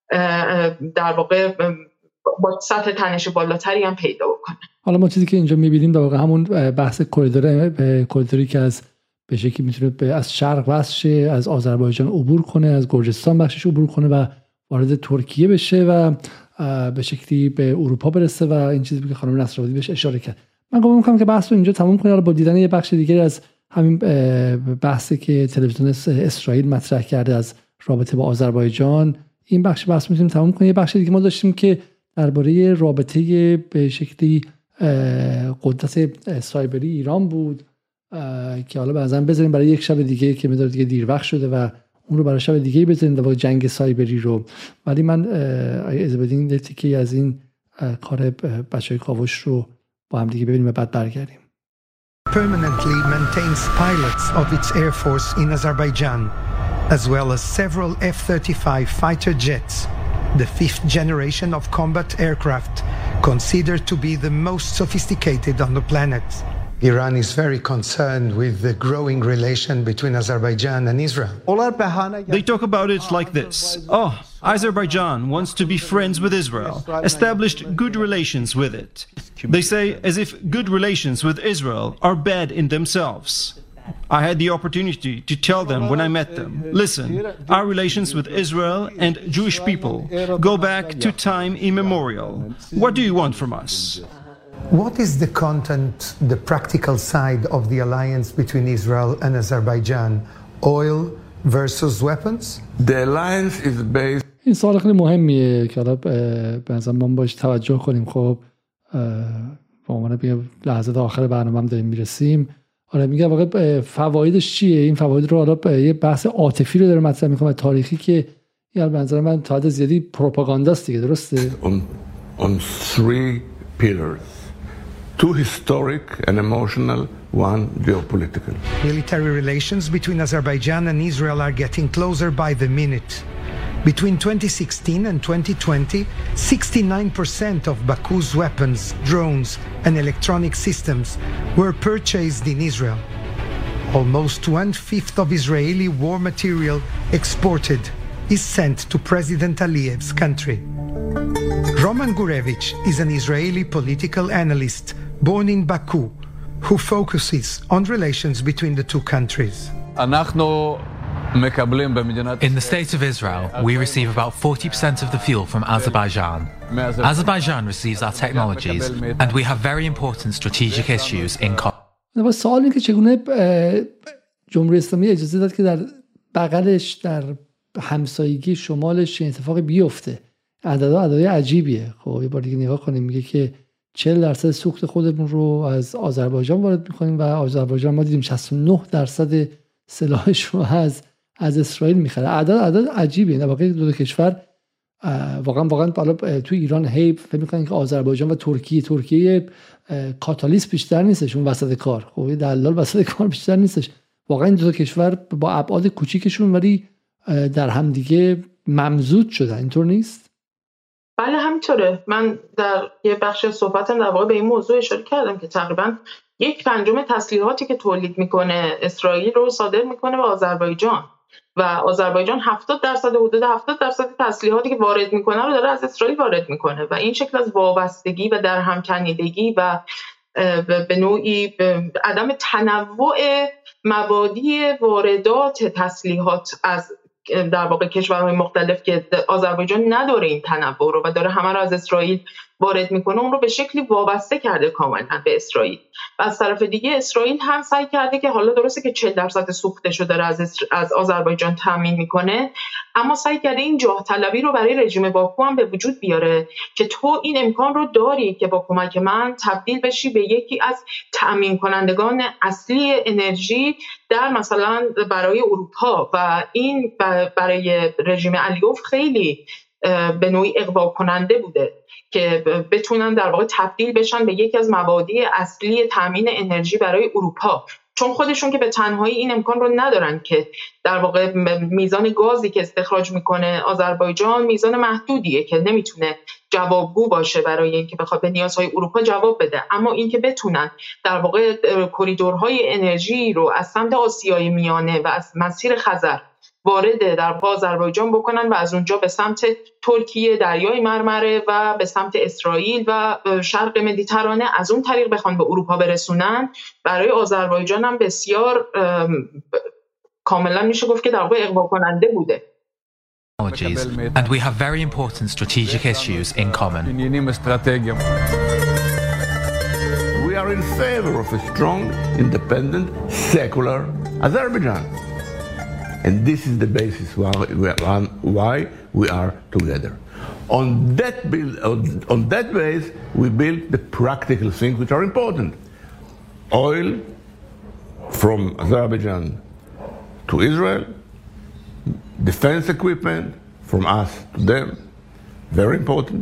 در واقع با سطح تنش بالاتری هم پیدا بکنه.
حالا ما چیزی که اینجا می‌بینیم در واقع همون بحث کریدور کریدوری که از به شکلی میتونه از شرق وصل شه، از آذربایجان عبور کنه، از گرجستان بخشش عبور کنه و وارد ترکیه بشه و به شکلی به اروپا برسه و این چیزی که خانم نصرآبادی بهش اشاره کرد. من گمان می‌کنم که بحث رو اینجا تموم کنیم با دیدن یه بخش دیگه از همین بحثی که تلویزیون اسرائیل مطرح کرده از رابطه با آذربایجان. این بخش بحث می‌تونیم تموم کنیم. یه بخش دیگه ما داشتیم که درباره رابطه به شکلی قدرت سایبری ایران بود که حالا بعضن بذاریم برای یک شب دیگه که مدار دیگه دیر وقت شده و اون رو برای شب دیگه بذاریم در جنگ سایبری رو. ولی من از بدین یه تیکه از این کار بچهای کاوش رو با هم دیگه ببینیم و بعد برگردیم.
Permanently maintains pilots of its air force in Azerbaijan, as well as several F thirty-five fighter jets, the fifth generation of combat aircraft, considered to be the most sophisticated on the planet.
Iran is very concerned with the growing relation between Azerbaijan and Israel.
They talk about it like this. Oh, Azerbaijan wants to be friends with Israel, established good relations with it. They say as if good relations with Israel are bad in themselves. I had the opportunity to tell them when I met them, listen, our relations with Israel and Jewish people go back to time immemorial. What do you want from us?
What is the content, the practical side of the alliance between Israel and Azerbaijan? Oil versus weapons?
The alliance is based.
این سوال خیلی مهمیه که حالا به نظر من باش توجه کنیم. خب به عنوان به لحظات آخر برنامه‌ام داریم میرسیم. آره میگم واقعا فوایدش چیه؟ این فواید رو حالا یه بحث عاطفی رو داره مطرح می‌کنه تاریخی که یعنی به نظر من تا حد زیادی پروپاگانداست دیگه، درسته؟
On, on three pillars. Two historic and emotional, one geopolitical.
Military relations between Azerbaijan and Israel are getting closer by the minute. Between twenty sixteen and twenty twenty, sixty-nine percent of Baku's weapons, drones, and electronic systems were purchased in Israel. Almost one-fifth of Israeli war material exported is sent to President Aliyev's country. Roman Gurevich is an Israeli political analyst born in Baku who focuses on relations between the two countries.
In the state of Israel, we receive about forty percent of the fuel from Azerbaijan. Azerbaijan receives our technologies, and we have very important strategic issues in common.
سوال اینه که چگونه جمهوری اسلامی اجازه داد که در بغلش در همسایگی شمالش این اتفاق بیفته. عددها عددهای عجیبیه. خب یه بار دیگه نگاه کنیم، میگه که چهل درصد سوخت خودمون رو از آذربایجان وارد میکنیم و آذربایجان ما دیدیم شصت و نه درصد سلاحش رو از از اسرائیل میخره. عدد عدد عجیبیه. نه واقعا دو, دو کشور واقعا واقعا بالا تو ایران هی فکر میکنن که آذربایجان و ترکیه ترکیه کاتالیست بیشتر نیستش اون وسط کار. خب دلال وسط کار بیشتر نیستش. واقعا این دو کشور با ابعاد کوچیکشون ولی در هم دیگه ممزوج شدن. اینطور نیست؟
بله همینطوره. من در یه بخش صحبتم در واقع به این موضوع اشاره کردم که تقریبا یک پنجم تسلیحاتی که تولید میکنه اسرائیل رو صادر میکنه به آذربایجان و آذربایجان هفتاد درصد حدود هفتاد درصد تسلیحاتی که وارد میکنه رو داره از اسرائیل وارد میکنه و این شکل از وابستگی و در هم تنیدگی و به نوعی عدم تنوع مبادی واردات تسلیحات از در واقع کشورهای مختلف که آذربایجان نداره این تنوع رو و داره همه رو از اسرائیل وارد میکنه، اون رو به شکلی وابسته کرده کاملا به اسرائیل. و از طرف دیگه اسرائیل هم سعی کرده که حالا درسته که چهل درصد سوختش رو داره از از آذربایجان تامین میکنه، اما سعی کرده این جاه طلبی رو برای رژیم باکو هم به وجود بیاره که تو این امکان رو داری که با کمک من تبدیل بشی به یکی از تامین کنندگان اصلی انرژی در مثلا برای اروپا و این برای رژیم علیوف خیلی به نوعی اغوا کننده بوده که بتونن در واقع تبدیل بشن به یکی از مبادی اصلی تامین انرژی برای اروپا، چون خودشون که به تنهایی این امکان رو ندارن که در واقع میزان گازی که استخراج میکنه آذربایجان میزان محدودیه که نمیتونه جوابگو باشه برای اینکه بخواد به نیازهای اروپا جواب بده. اما اینکه بتونن در واقع کریدورهای انرژی رو از سمت آسیای میانه و از مسیر خزر وارد در آذربایجان بکنن و از اونجا به سمت ترکیه، دریای مرمره و به سمت اسرائیل و شرق مدیترانه از اون طریق بخوان به اروپا برسونن، برای آذربایجان هم بسیار کاملا میشه گفت که در واقع اغوا کننده بوده.
technologies, and we have very important strategic issues in common.
We are in favor of a strong, independent, secular Azerbaijan. And this is the basis why we are, why we are together. On that, build, on that base, we build the practical things which are important. Oil from Azerbaijan to Israel, defense equipment from us to them, very important.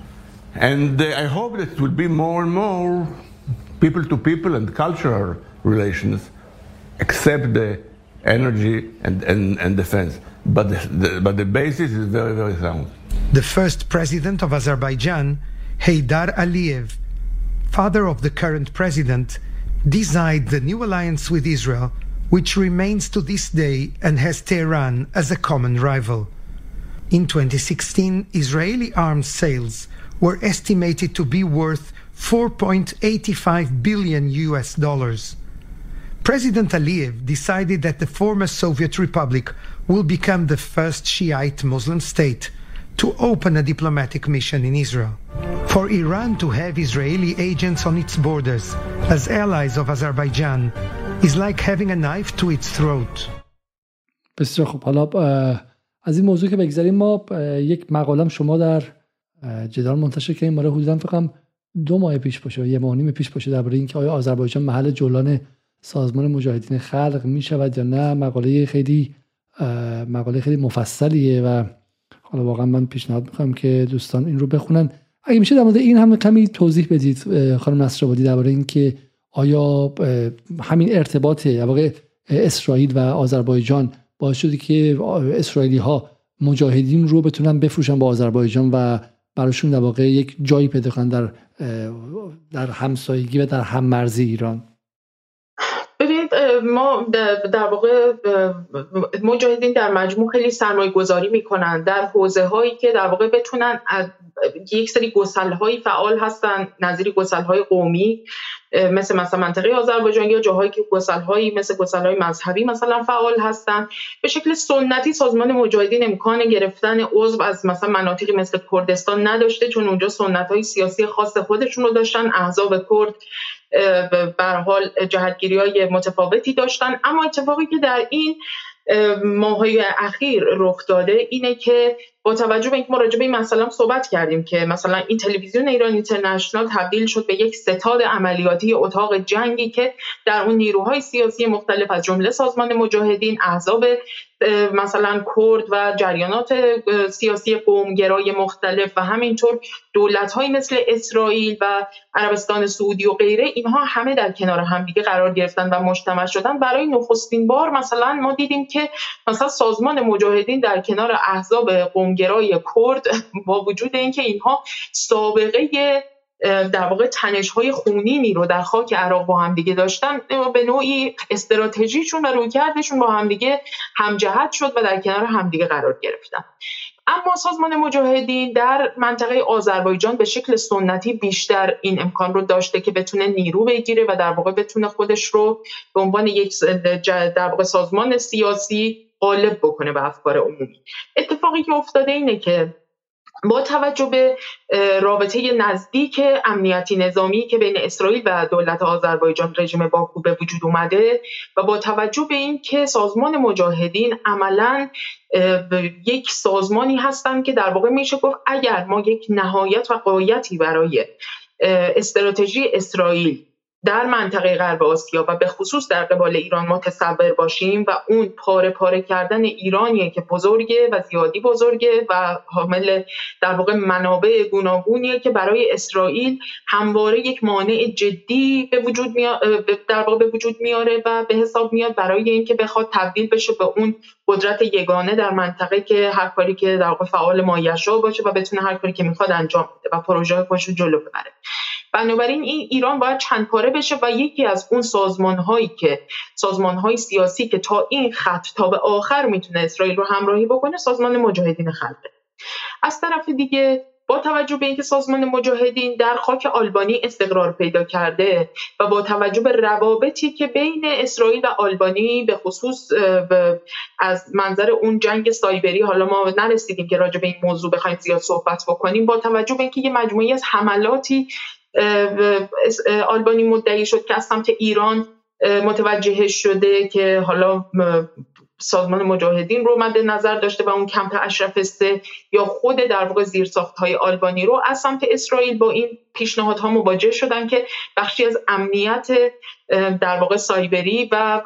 And uh, I hope that it will be more and more people to people and cultural relations, except the energy and, and, and defense. But the, the, but the basis is very, very sound.
The first president of Azerbaijan, Heydar Aliyev, father of the current president, designed the new alliance with Israel, which remains to this day and has Tehran as a common rival. In twenty sixteen, Israeli arms sales were estimated to be worth four point eight five billion U S dollars. President Aliyev decided that the former Soviet Republic will become the first Shiite Muslim state to open a diplomatic mission in Israel. For Iran to have Israeli agents on its borders as allies of Azerbaijan is like having a knife to its throat.
بسیار خوب. حالا از این موضوع که بگذاریم، ما یک مقالم شما در جدال منتشر کردیم، ما حدوداً فقط دو ماه پیش باشه، یه ماه و نیم پیش باشه، درباره اینکه آیا آذربایجان محل جولان سازمان مجاهدین خلق می شود یا نه. مقاله خیلی مقاله خیلی مفصلیه و حالا واقعا من پیشنهاد میکنم که دوستان این رو بخونن. اگه میشه در مورد این هم کمی توضیح بدید خانم نصرآبادی، درباره اینکه آیا همین ارتباط در واقع اسرائیل و آذربایجان باعث شده که اسرائیلی ها مجاهدین رو بتونن بفروشن با آذربایجان و براشون در واقع یک جایی پیدا کنن در در همسایگی و در هممرزی ایران.
ببینید، ما در واقع مجاهدین در مجموع خیلی سرمایه گذاری میکنن در حوزه هایی که در واقع بتونن یک سری گسل هایی فعال هستن، نظیر گسل های قومی مثل مثلا منطقه آذربایجان، یا جاهایی که گسل هایی مثل گسل های مذهبی مثلا فعال هستن. به شکل سنتی سازمان مجاهدین امکان گرفتن عضو از مثلا مناطقی مثل کردستان نداشته، چون اونجا سنت های سیاسی خاص خودشون رو داشتن. احزاب کرد به هر حال جهتگیری‌های متفاوتی داشتن. اما اتفاقی که در این ماه‌های اخیر رخ داده اینه که با توجه به اینکه ما راجع به این مسئله صحبت کردیم که مثلا این تلویزیون ایران اینترنشنال تبدیل شد به یک ستاد عملیاتی اتاق جنگی که در اون نیروهای سیاسی مختلف از جمله سازمان مجاهدین، احزاب مثلا کرد و جریانات سیاسی قومگرای مختلف و همینطور دولت‌های مثل اسرائیل و عربستان سعودی و غیره، اینها همه در کنار همدیگه قرار گرفتن و مجتمع شدن. برای نخستین بار مثلا ما دیدیم که مثلا سازمان مجاهدین در کنار احزاب قومگرای کرد با وجود اینکه اینها سابقه در واقع تنش‌های خونینی رو در خاک عراق با هم دیگه داشتن، به نوعی استراتژیشون و رویکردشون با هم دیگه همجهت شد و در کنار هم دیگه قرار گرفتن. اما سازمان مجاهدین در منطقه آذربایجان به شکل سنتی بیشتر این امکان رو داشته که بتونه نیرو بگیره و در واقع بتونه خودش رو به عنوان یک در واقع سازمان سیاسی غالب بکنه به افکار عمومی. اتفاقی که افتاده اینه که با توجه به رابطه نزدیک امنیتی نظامی که بین اسرائیل و دولت آذربایجان رژیم باکو به وجود اومده و با توجه به این که سازمان مجاهدین عملاً یک سازمانی هستن که در واقع میشه گفت اگر ما یک نهایت و غایتی برای استراتژی اسرائیل در منطقه غرب آسیا و به خصوص در قبال ایران متصور باشیم و اون پاره پاره کردن ایرانیه که بزرگه و زیادی بزرگه و حامل در واقع منابع گوناگونیه که برای اسرائیل همواره یک مانع جدی به وجود میاد، در واقع به وجود میاره و به حساب میاد برای اینکه بخواد تبدیل بشه به اون قدرت یگانه در منطقه که هر کاری که در واقع فعال مایشا باشه و بتونه هر کاری که میخواد انجام بده و پروژه خودش رو جلو ببره. بنابراین این ایران باید چند پاره بشه و یکی از اون سازمان‌هایی که سازمان‌های سیاسی که تا این خط تا به آخر میتونه اسرائیل رو همراهی بکنه سازمان مجاهدین خلقه. از طرف دیگه با توجه به اینکه سازمان مجاهدین در خاک آلبانی استقرار پیدا کرده و با توجه به روابطی که بین اسرائیل و آلبانی به خصوص از منظر اون جنگ سایبری، حالا ما نرسیدیم که راجع به این موضوع بخوایم زیاد صحبت بکنیم، با توجه به اینکه یه مجموعی از حملاتی آلبانی مدعی شد که از سمت ایران متوجه شده که حالا سازمان مجاهدین رو مد نظر داشته و اون کمپ اشرف سه یا خود در واقع زیرساخت‌های آلبانی رو از سمت اسرائیل با این پیشنهادها مواجه شدن که بخشی از امنیت در واقع سایبری و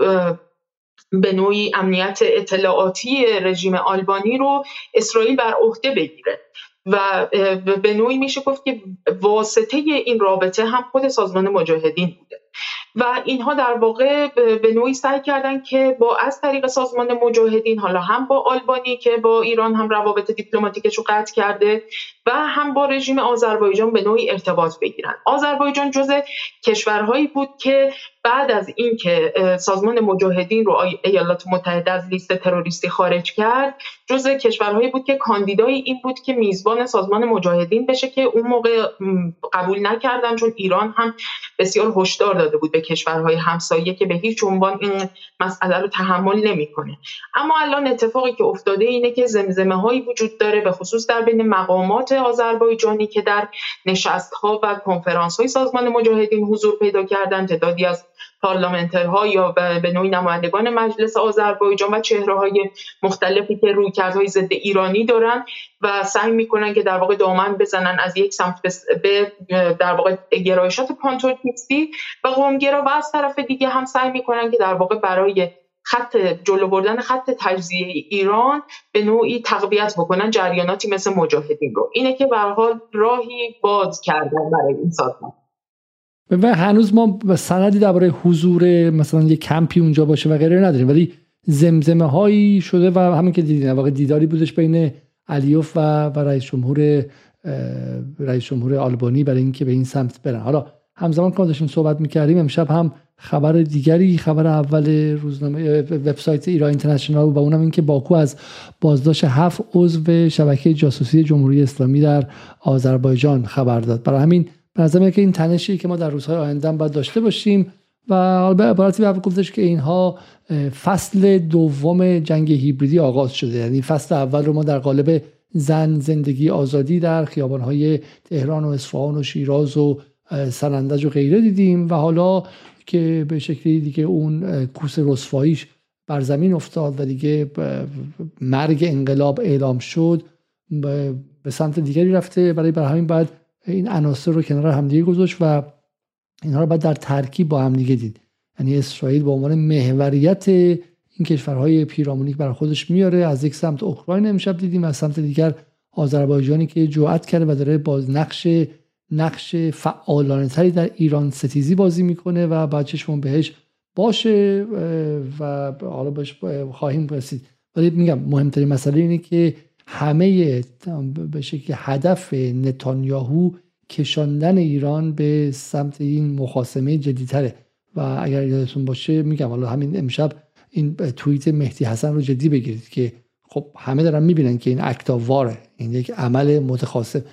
به نوعی امنیت اطلاعاتی رژیم آلبانی رو اسرائیل بر عهده بگیره و به نوعی میشه گفت که واسطه این رابطه هم خود سازمان مجاهدین بوده و اینها در واقع به نوعی سعی کردن که با از طریق سازمان مجاهدین حالا هم با آلبانی که با ایران هم روابط دیپلماتیکش رو قطع کرده و هم با رژیم آذربایجان به نوعی ارتباط بگیرن. آذربایجان جزء کشورهایی بود که بعد از اینکه سازمان مجاهدین رو ایالات متحده از لیست تروریستی خارج کرد، جزء کشورهایی بود که کاندیدای این بود که میزبان سازمان مجاهدین بشه که اون موقع قبول نکردن، چون ایران هم بسیار هشدار داده بود به کشورهای همسایه که به هیچ عنوان این مسئله رو تحمل نمی‌کنه. اما الان اتفاقی که افتاده اینه که زمزمه‌هایی وجود داره به خصوص در بین مقامات آذربایجانی که در نشست‌ها و کنفرانس‌های سازمان مجاهدین حضور پیدا کردن، تعدادی از پارلمانترها یا به نوعی نمایندگان مجلس آذربایجان و چهره‌های مختلفی که رویکردهای ضد ایرانی دارن و سعی می‌کنن که در واقع دامن بزنن از یک سمت به در واقع گرایشات پانتورکیستی و قومگرا و از طرف دیگه هم سعی می‌کنن که در واقع برای خط جلو بردن خط تجزیه ایران به نوعی تقویت بکنن جریاناتی مثل مجاهدین رو. اینه که به هر حال راهی باز کردن برای این سازمان.
و هنوز ما سندی درباره حضور مثلا یه کمپی اونجا باشه و غیره نداریم، ولی زمزمه هایی شده و همین که دیدین واقعا دیداری بودش بین علیوف و و رئیس جمهور رئیس جمهور آلبانی برای اینکه به این سمت برن. حالا همزمان که داشتیم صحبت می‌کردیم امشب هم خبر دیگری، خبر اول روزنامه وبسایت ایران اینترنشنال و اونم این که باکو از بازداشت هفت عضو شبکه جاسوسی جمهوری اسلامی در آذربایجان خبر داد. برای همین به نظر میاد که این تنشی که ما در روزهای آینده باید داشته باشیم و حالا به عبارتی به گفتش که اینها فصل دوم جنگ هیبریدی آغاز شده. یعنی فصل اول رو ما در قالب زن، زندگی، آزادی در خیابان‌های تهران و اصفهان و شیراز و سنندج و غیره دیدیم و حالا که به شکلی دیگه اون کوس رسواییش بر زمین افتاد و دیگه مرگ انقلاب اعلام شد، به سمت دیگری رفته. برای برای همین بعد این عناصر رو کنار همدیگه گذاشت و اینها رو بعد در ترکیب با همدیگه دید. یعنی اسرائیل به عنوان محوریت این کشورهای پیرامونی بر خودش میاره. از یک سمت اوکراین امشب دیدیم، از سمت دیگر آذربایجانی که جرأت کرده و داره باز نقش نقش فعالانه تری در ایران ستیزی بازی میکنه و بعد چشمون بهش باشه و حالا بهش خواهیم رسید. ولی میگم مهمترین مسئله اینه که همه به شکل هدف نتانیاهو کشاندن ایران به سمت این مخاصمه جدی‌تره و اگر یادتون باشه میگم حالا همین امشب این توییت مهدی حسن رو جدی بگیرید که خب همه دارن میبینن که این اکت آف واره، این یک عمل متخاصم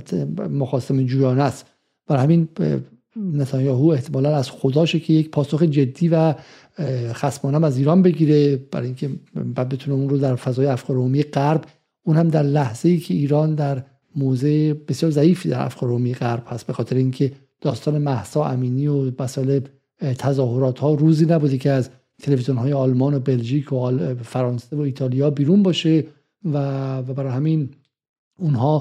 مخاصم جویانه است. برای همین نتانیاهو احتمالاً از خداشه که یک پاسخ جدی و خصمانه از ایران بگیره برای اینکه بعد بتونه اون رو در فضای افکار عمومی غرب، اون هم در لحظه‌ای که ایران در موضع بسیار ضعیفی در افکار عمومی غرب هست، به خاطر اینکه داستان مهسا امینی و مسائل تظاهرات ها روزی نبوده که از تلویزیون های آلمان و بلژیک و فرانسه و ایتالیا بیرون باشه و, و برای همین اونها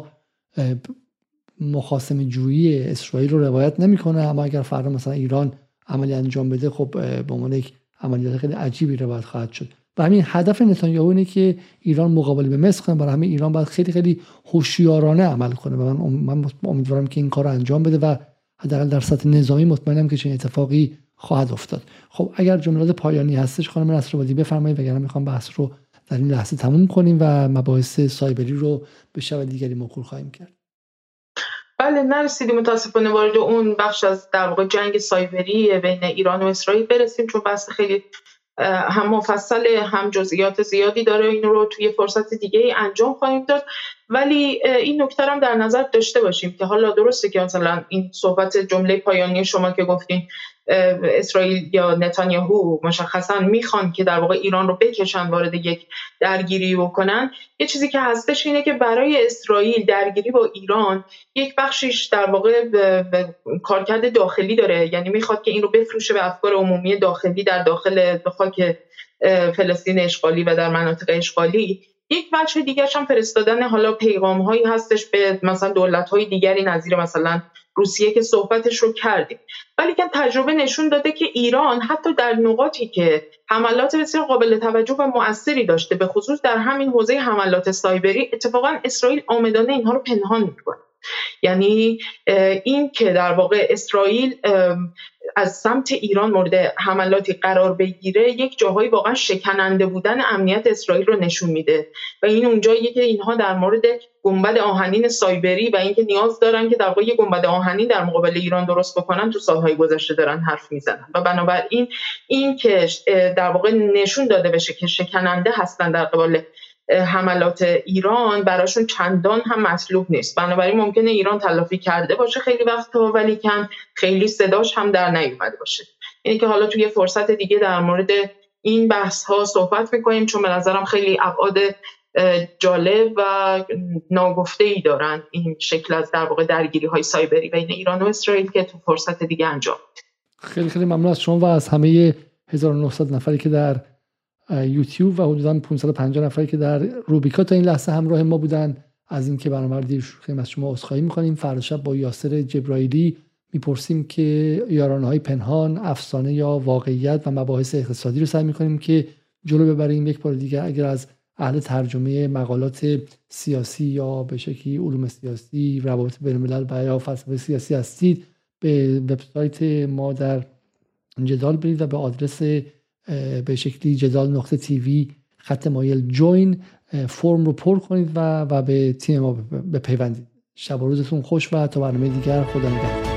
مخاصم جویی اسرائیل رو روایت نمیکنه. اما اگر فردا مثلا ایران عملی انجام بده خب به عنوان یک عملیات خیلی عجیبی روایت خواهد شد. و همین هدف نتانیاهو اینه که ایران مقابله به مصر کنه. برای همین ایران باید خیلی خیلی هوشیارانه عمل کنه و من من امیدوارم که این کار رو انجام بده و حداقل در سطح نظامی مطمئنم که چنین اتفاقی خواهد افتاد. خب اگر جملات پایانی هستش خانم نصرآبادی بفرمایید، وگرنه میخوام بحث رو در این لحظه تموم کنیم و مباحث سایبری رو به شب دیگری موکول خواهیم کرد.
بله، نرسیدیم متاسفانه وارد اون بخش از در واقع جنگ سایبری بین ایران و اسرائیل برسیم، چون بحث خیلی هم مفصل هم جزئیات زیادی داره. این رو توی فرصت دیگه ای انجام خواهیم داد. ولی این نکته هم در نظر داشته باشیم که حالا درسته که مثلا این صحبت جمله پایانی شما که گفتین اسرائیل یا نتانیاهو مشخصا میخوان که در واقع ایران رو بکشن وارد یک درگیری بکنن، یه چیزی که هستش اینه که برای اسرائیل درگیری با ایران یک بخشیش در واقع کارکرد داخلی داره، یعنی میخواد که این رو بفروشه به افکار عمومی داخلی در داخل خاک فلسطین اشغالی و در مناطق اشغالی. یک بچه دیگرش هم فرستادن حالا پیغام هایی هستش به مثلا دولت های دیگری نظیر مثلا روسیه که صحبتش رو کردیم، ولی که تجربه نشون داده که ایران حتی در نقاطی که حملات بسیار قابل توجه و مؤثری داشته، به خصوص در همین حوزه حملات سایبری، اتفاقا اسرائیل عامدانه اینها رو پنهان میکنه. یعنی این که در واقع اسرائیل از سمت ایران مورد حملاتی قرار بگیره یک جاهایی واقعا شکننده بودن امنیت اسرائیل رو نشون میده و این اونجاییه که اینها در مورد گنبد آهنین سایبری و اینکه نیاز دارن که در واقع یک گنبد آهنین در مقابل ایران درست بکنن تو سالهای گذشته دارن حرف میزنن و بنابراین این که در واقع نشون داده بشه که شکننده هستن در قبال حملات ایران براشون چندان هم مطلوب نیست. بنابراین ممکنه ایران تلافی کرده باشه خیلی وقتا، ولی کم خیلی صداش هم در نیومده باشه. اینه که حالا توی فرصت دیگه در مورد این بحث ها صحبت میکنیم، چون به نظرم خیلی ابعاد جالب و ناگفته‌ای دارن این شکل از در واقع درگیری های سایبری بین ایران و اسرائیل که تو فرصت دیگه انجام میده.
خیلی خیلی ممنون از شما و از همه هزار و نهصد نفری که در یوتیوب و حدوداً پانصد و پنجاه نفری که در روبیکا تا این لحظه همراه ما بودن. از این که برنامه رو دیر شروع از شما عذرخواهی می‌کنیم. فردا شب با یاسر جبرائیلی میپرسیم که یارانه‌های پنهان، افسانه یا واقعیت و مباحث اقتصادی رو سعی می‌کنیم که جلو ببریم. یک بار دیگه اگر از اهل ترجمه مقالات سیاسی یا به شکلی علوم سیاسی، روابط بین‌الملل و یا فلسفه سیاسی هستید، به وبسایت ما در جدال برید و به آدرس به شکلی جدال نقطه تیوی خط مایل جوین فرم رو پر کنید و و به تیم ما بپیوندید. شب و روزتون خوش و تا برنامه دیگر، خدا نگهدار.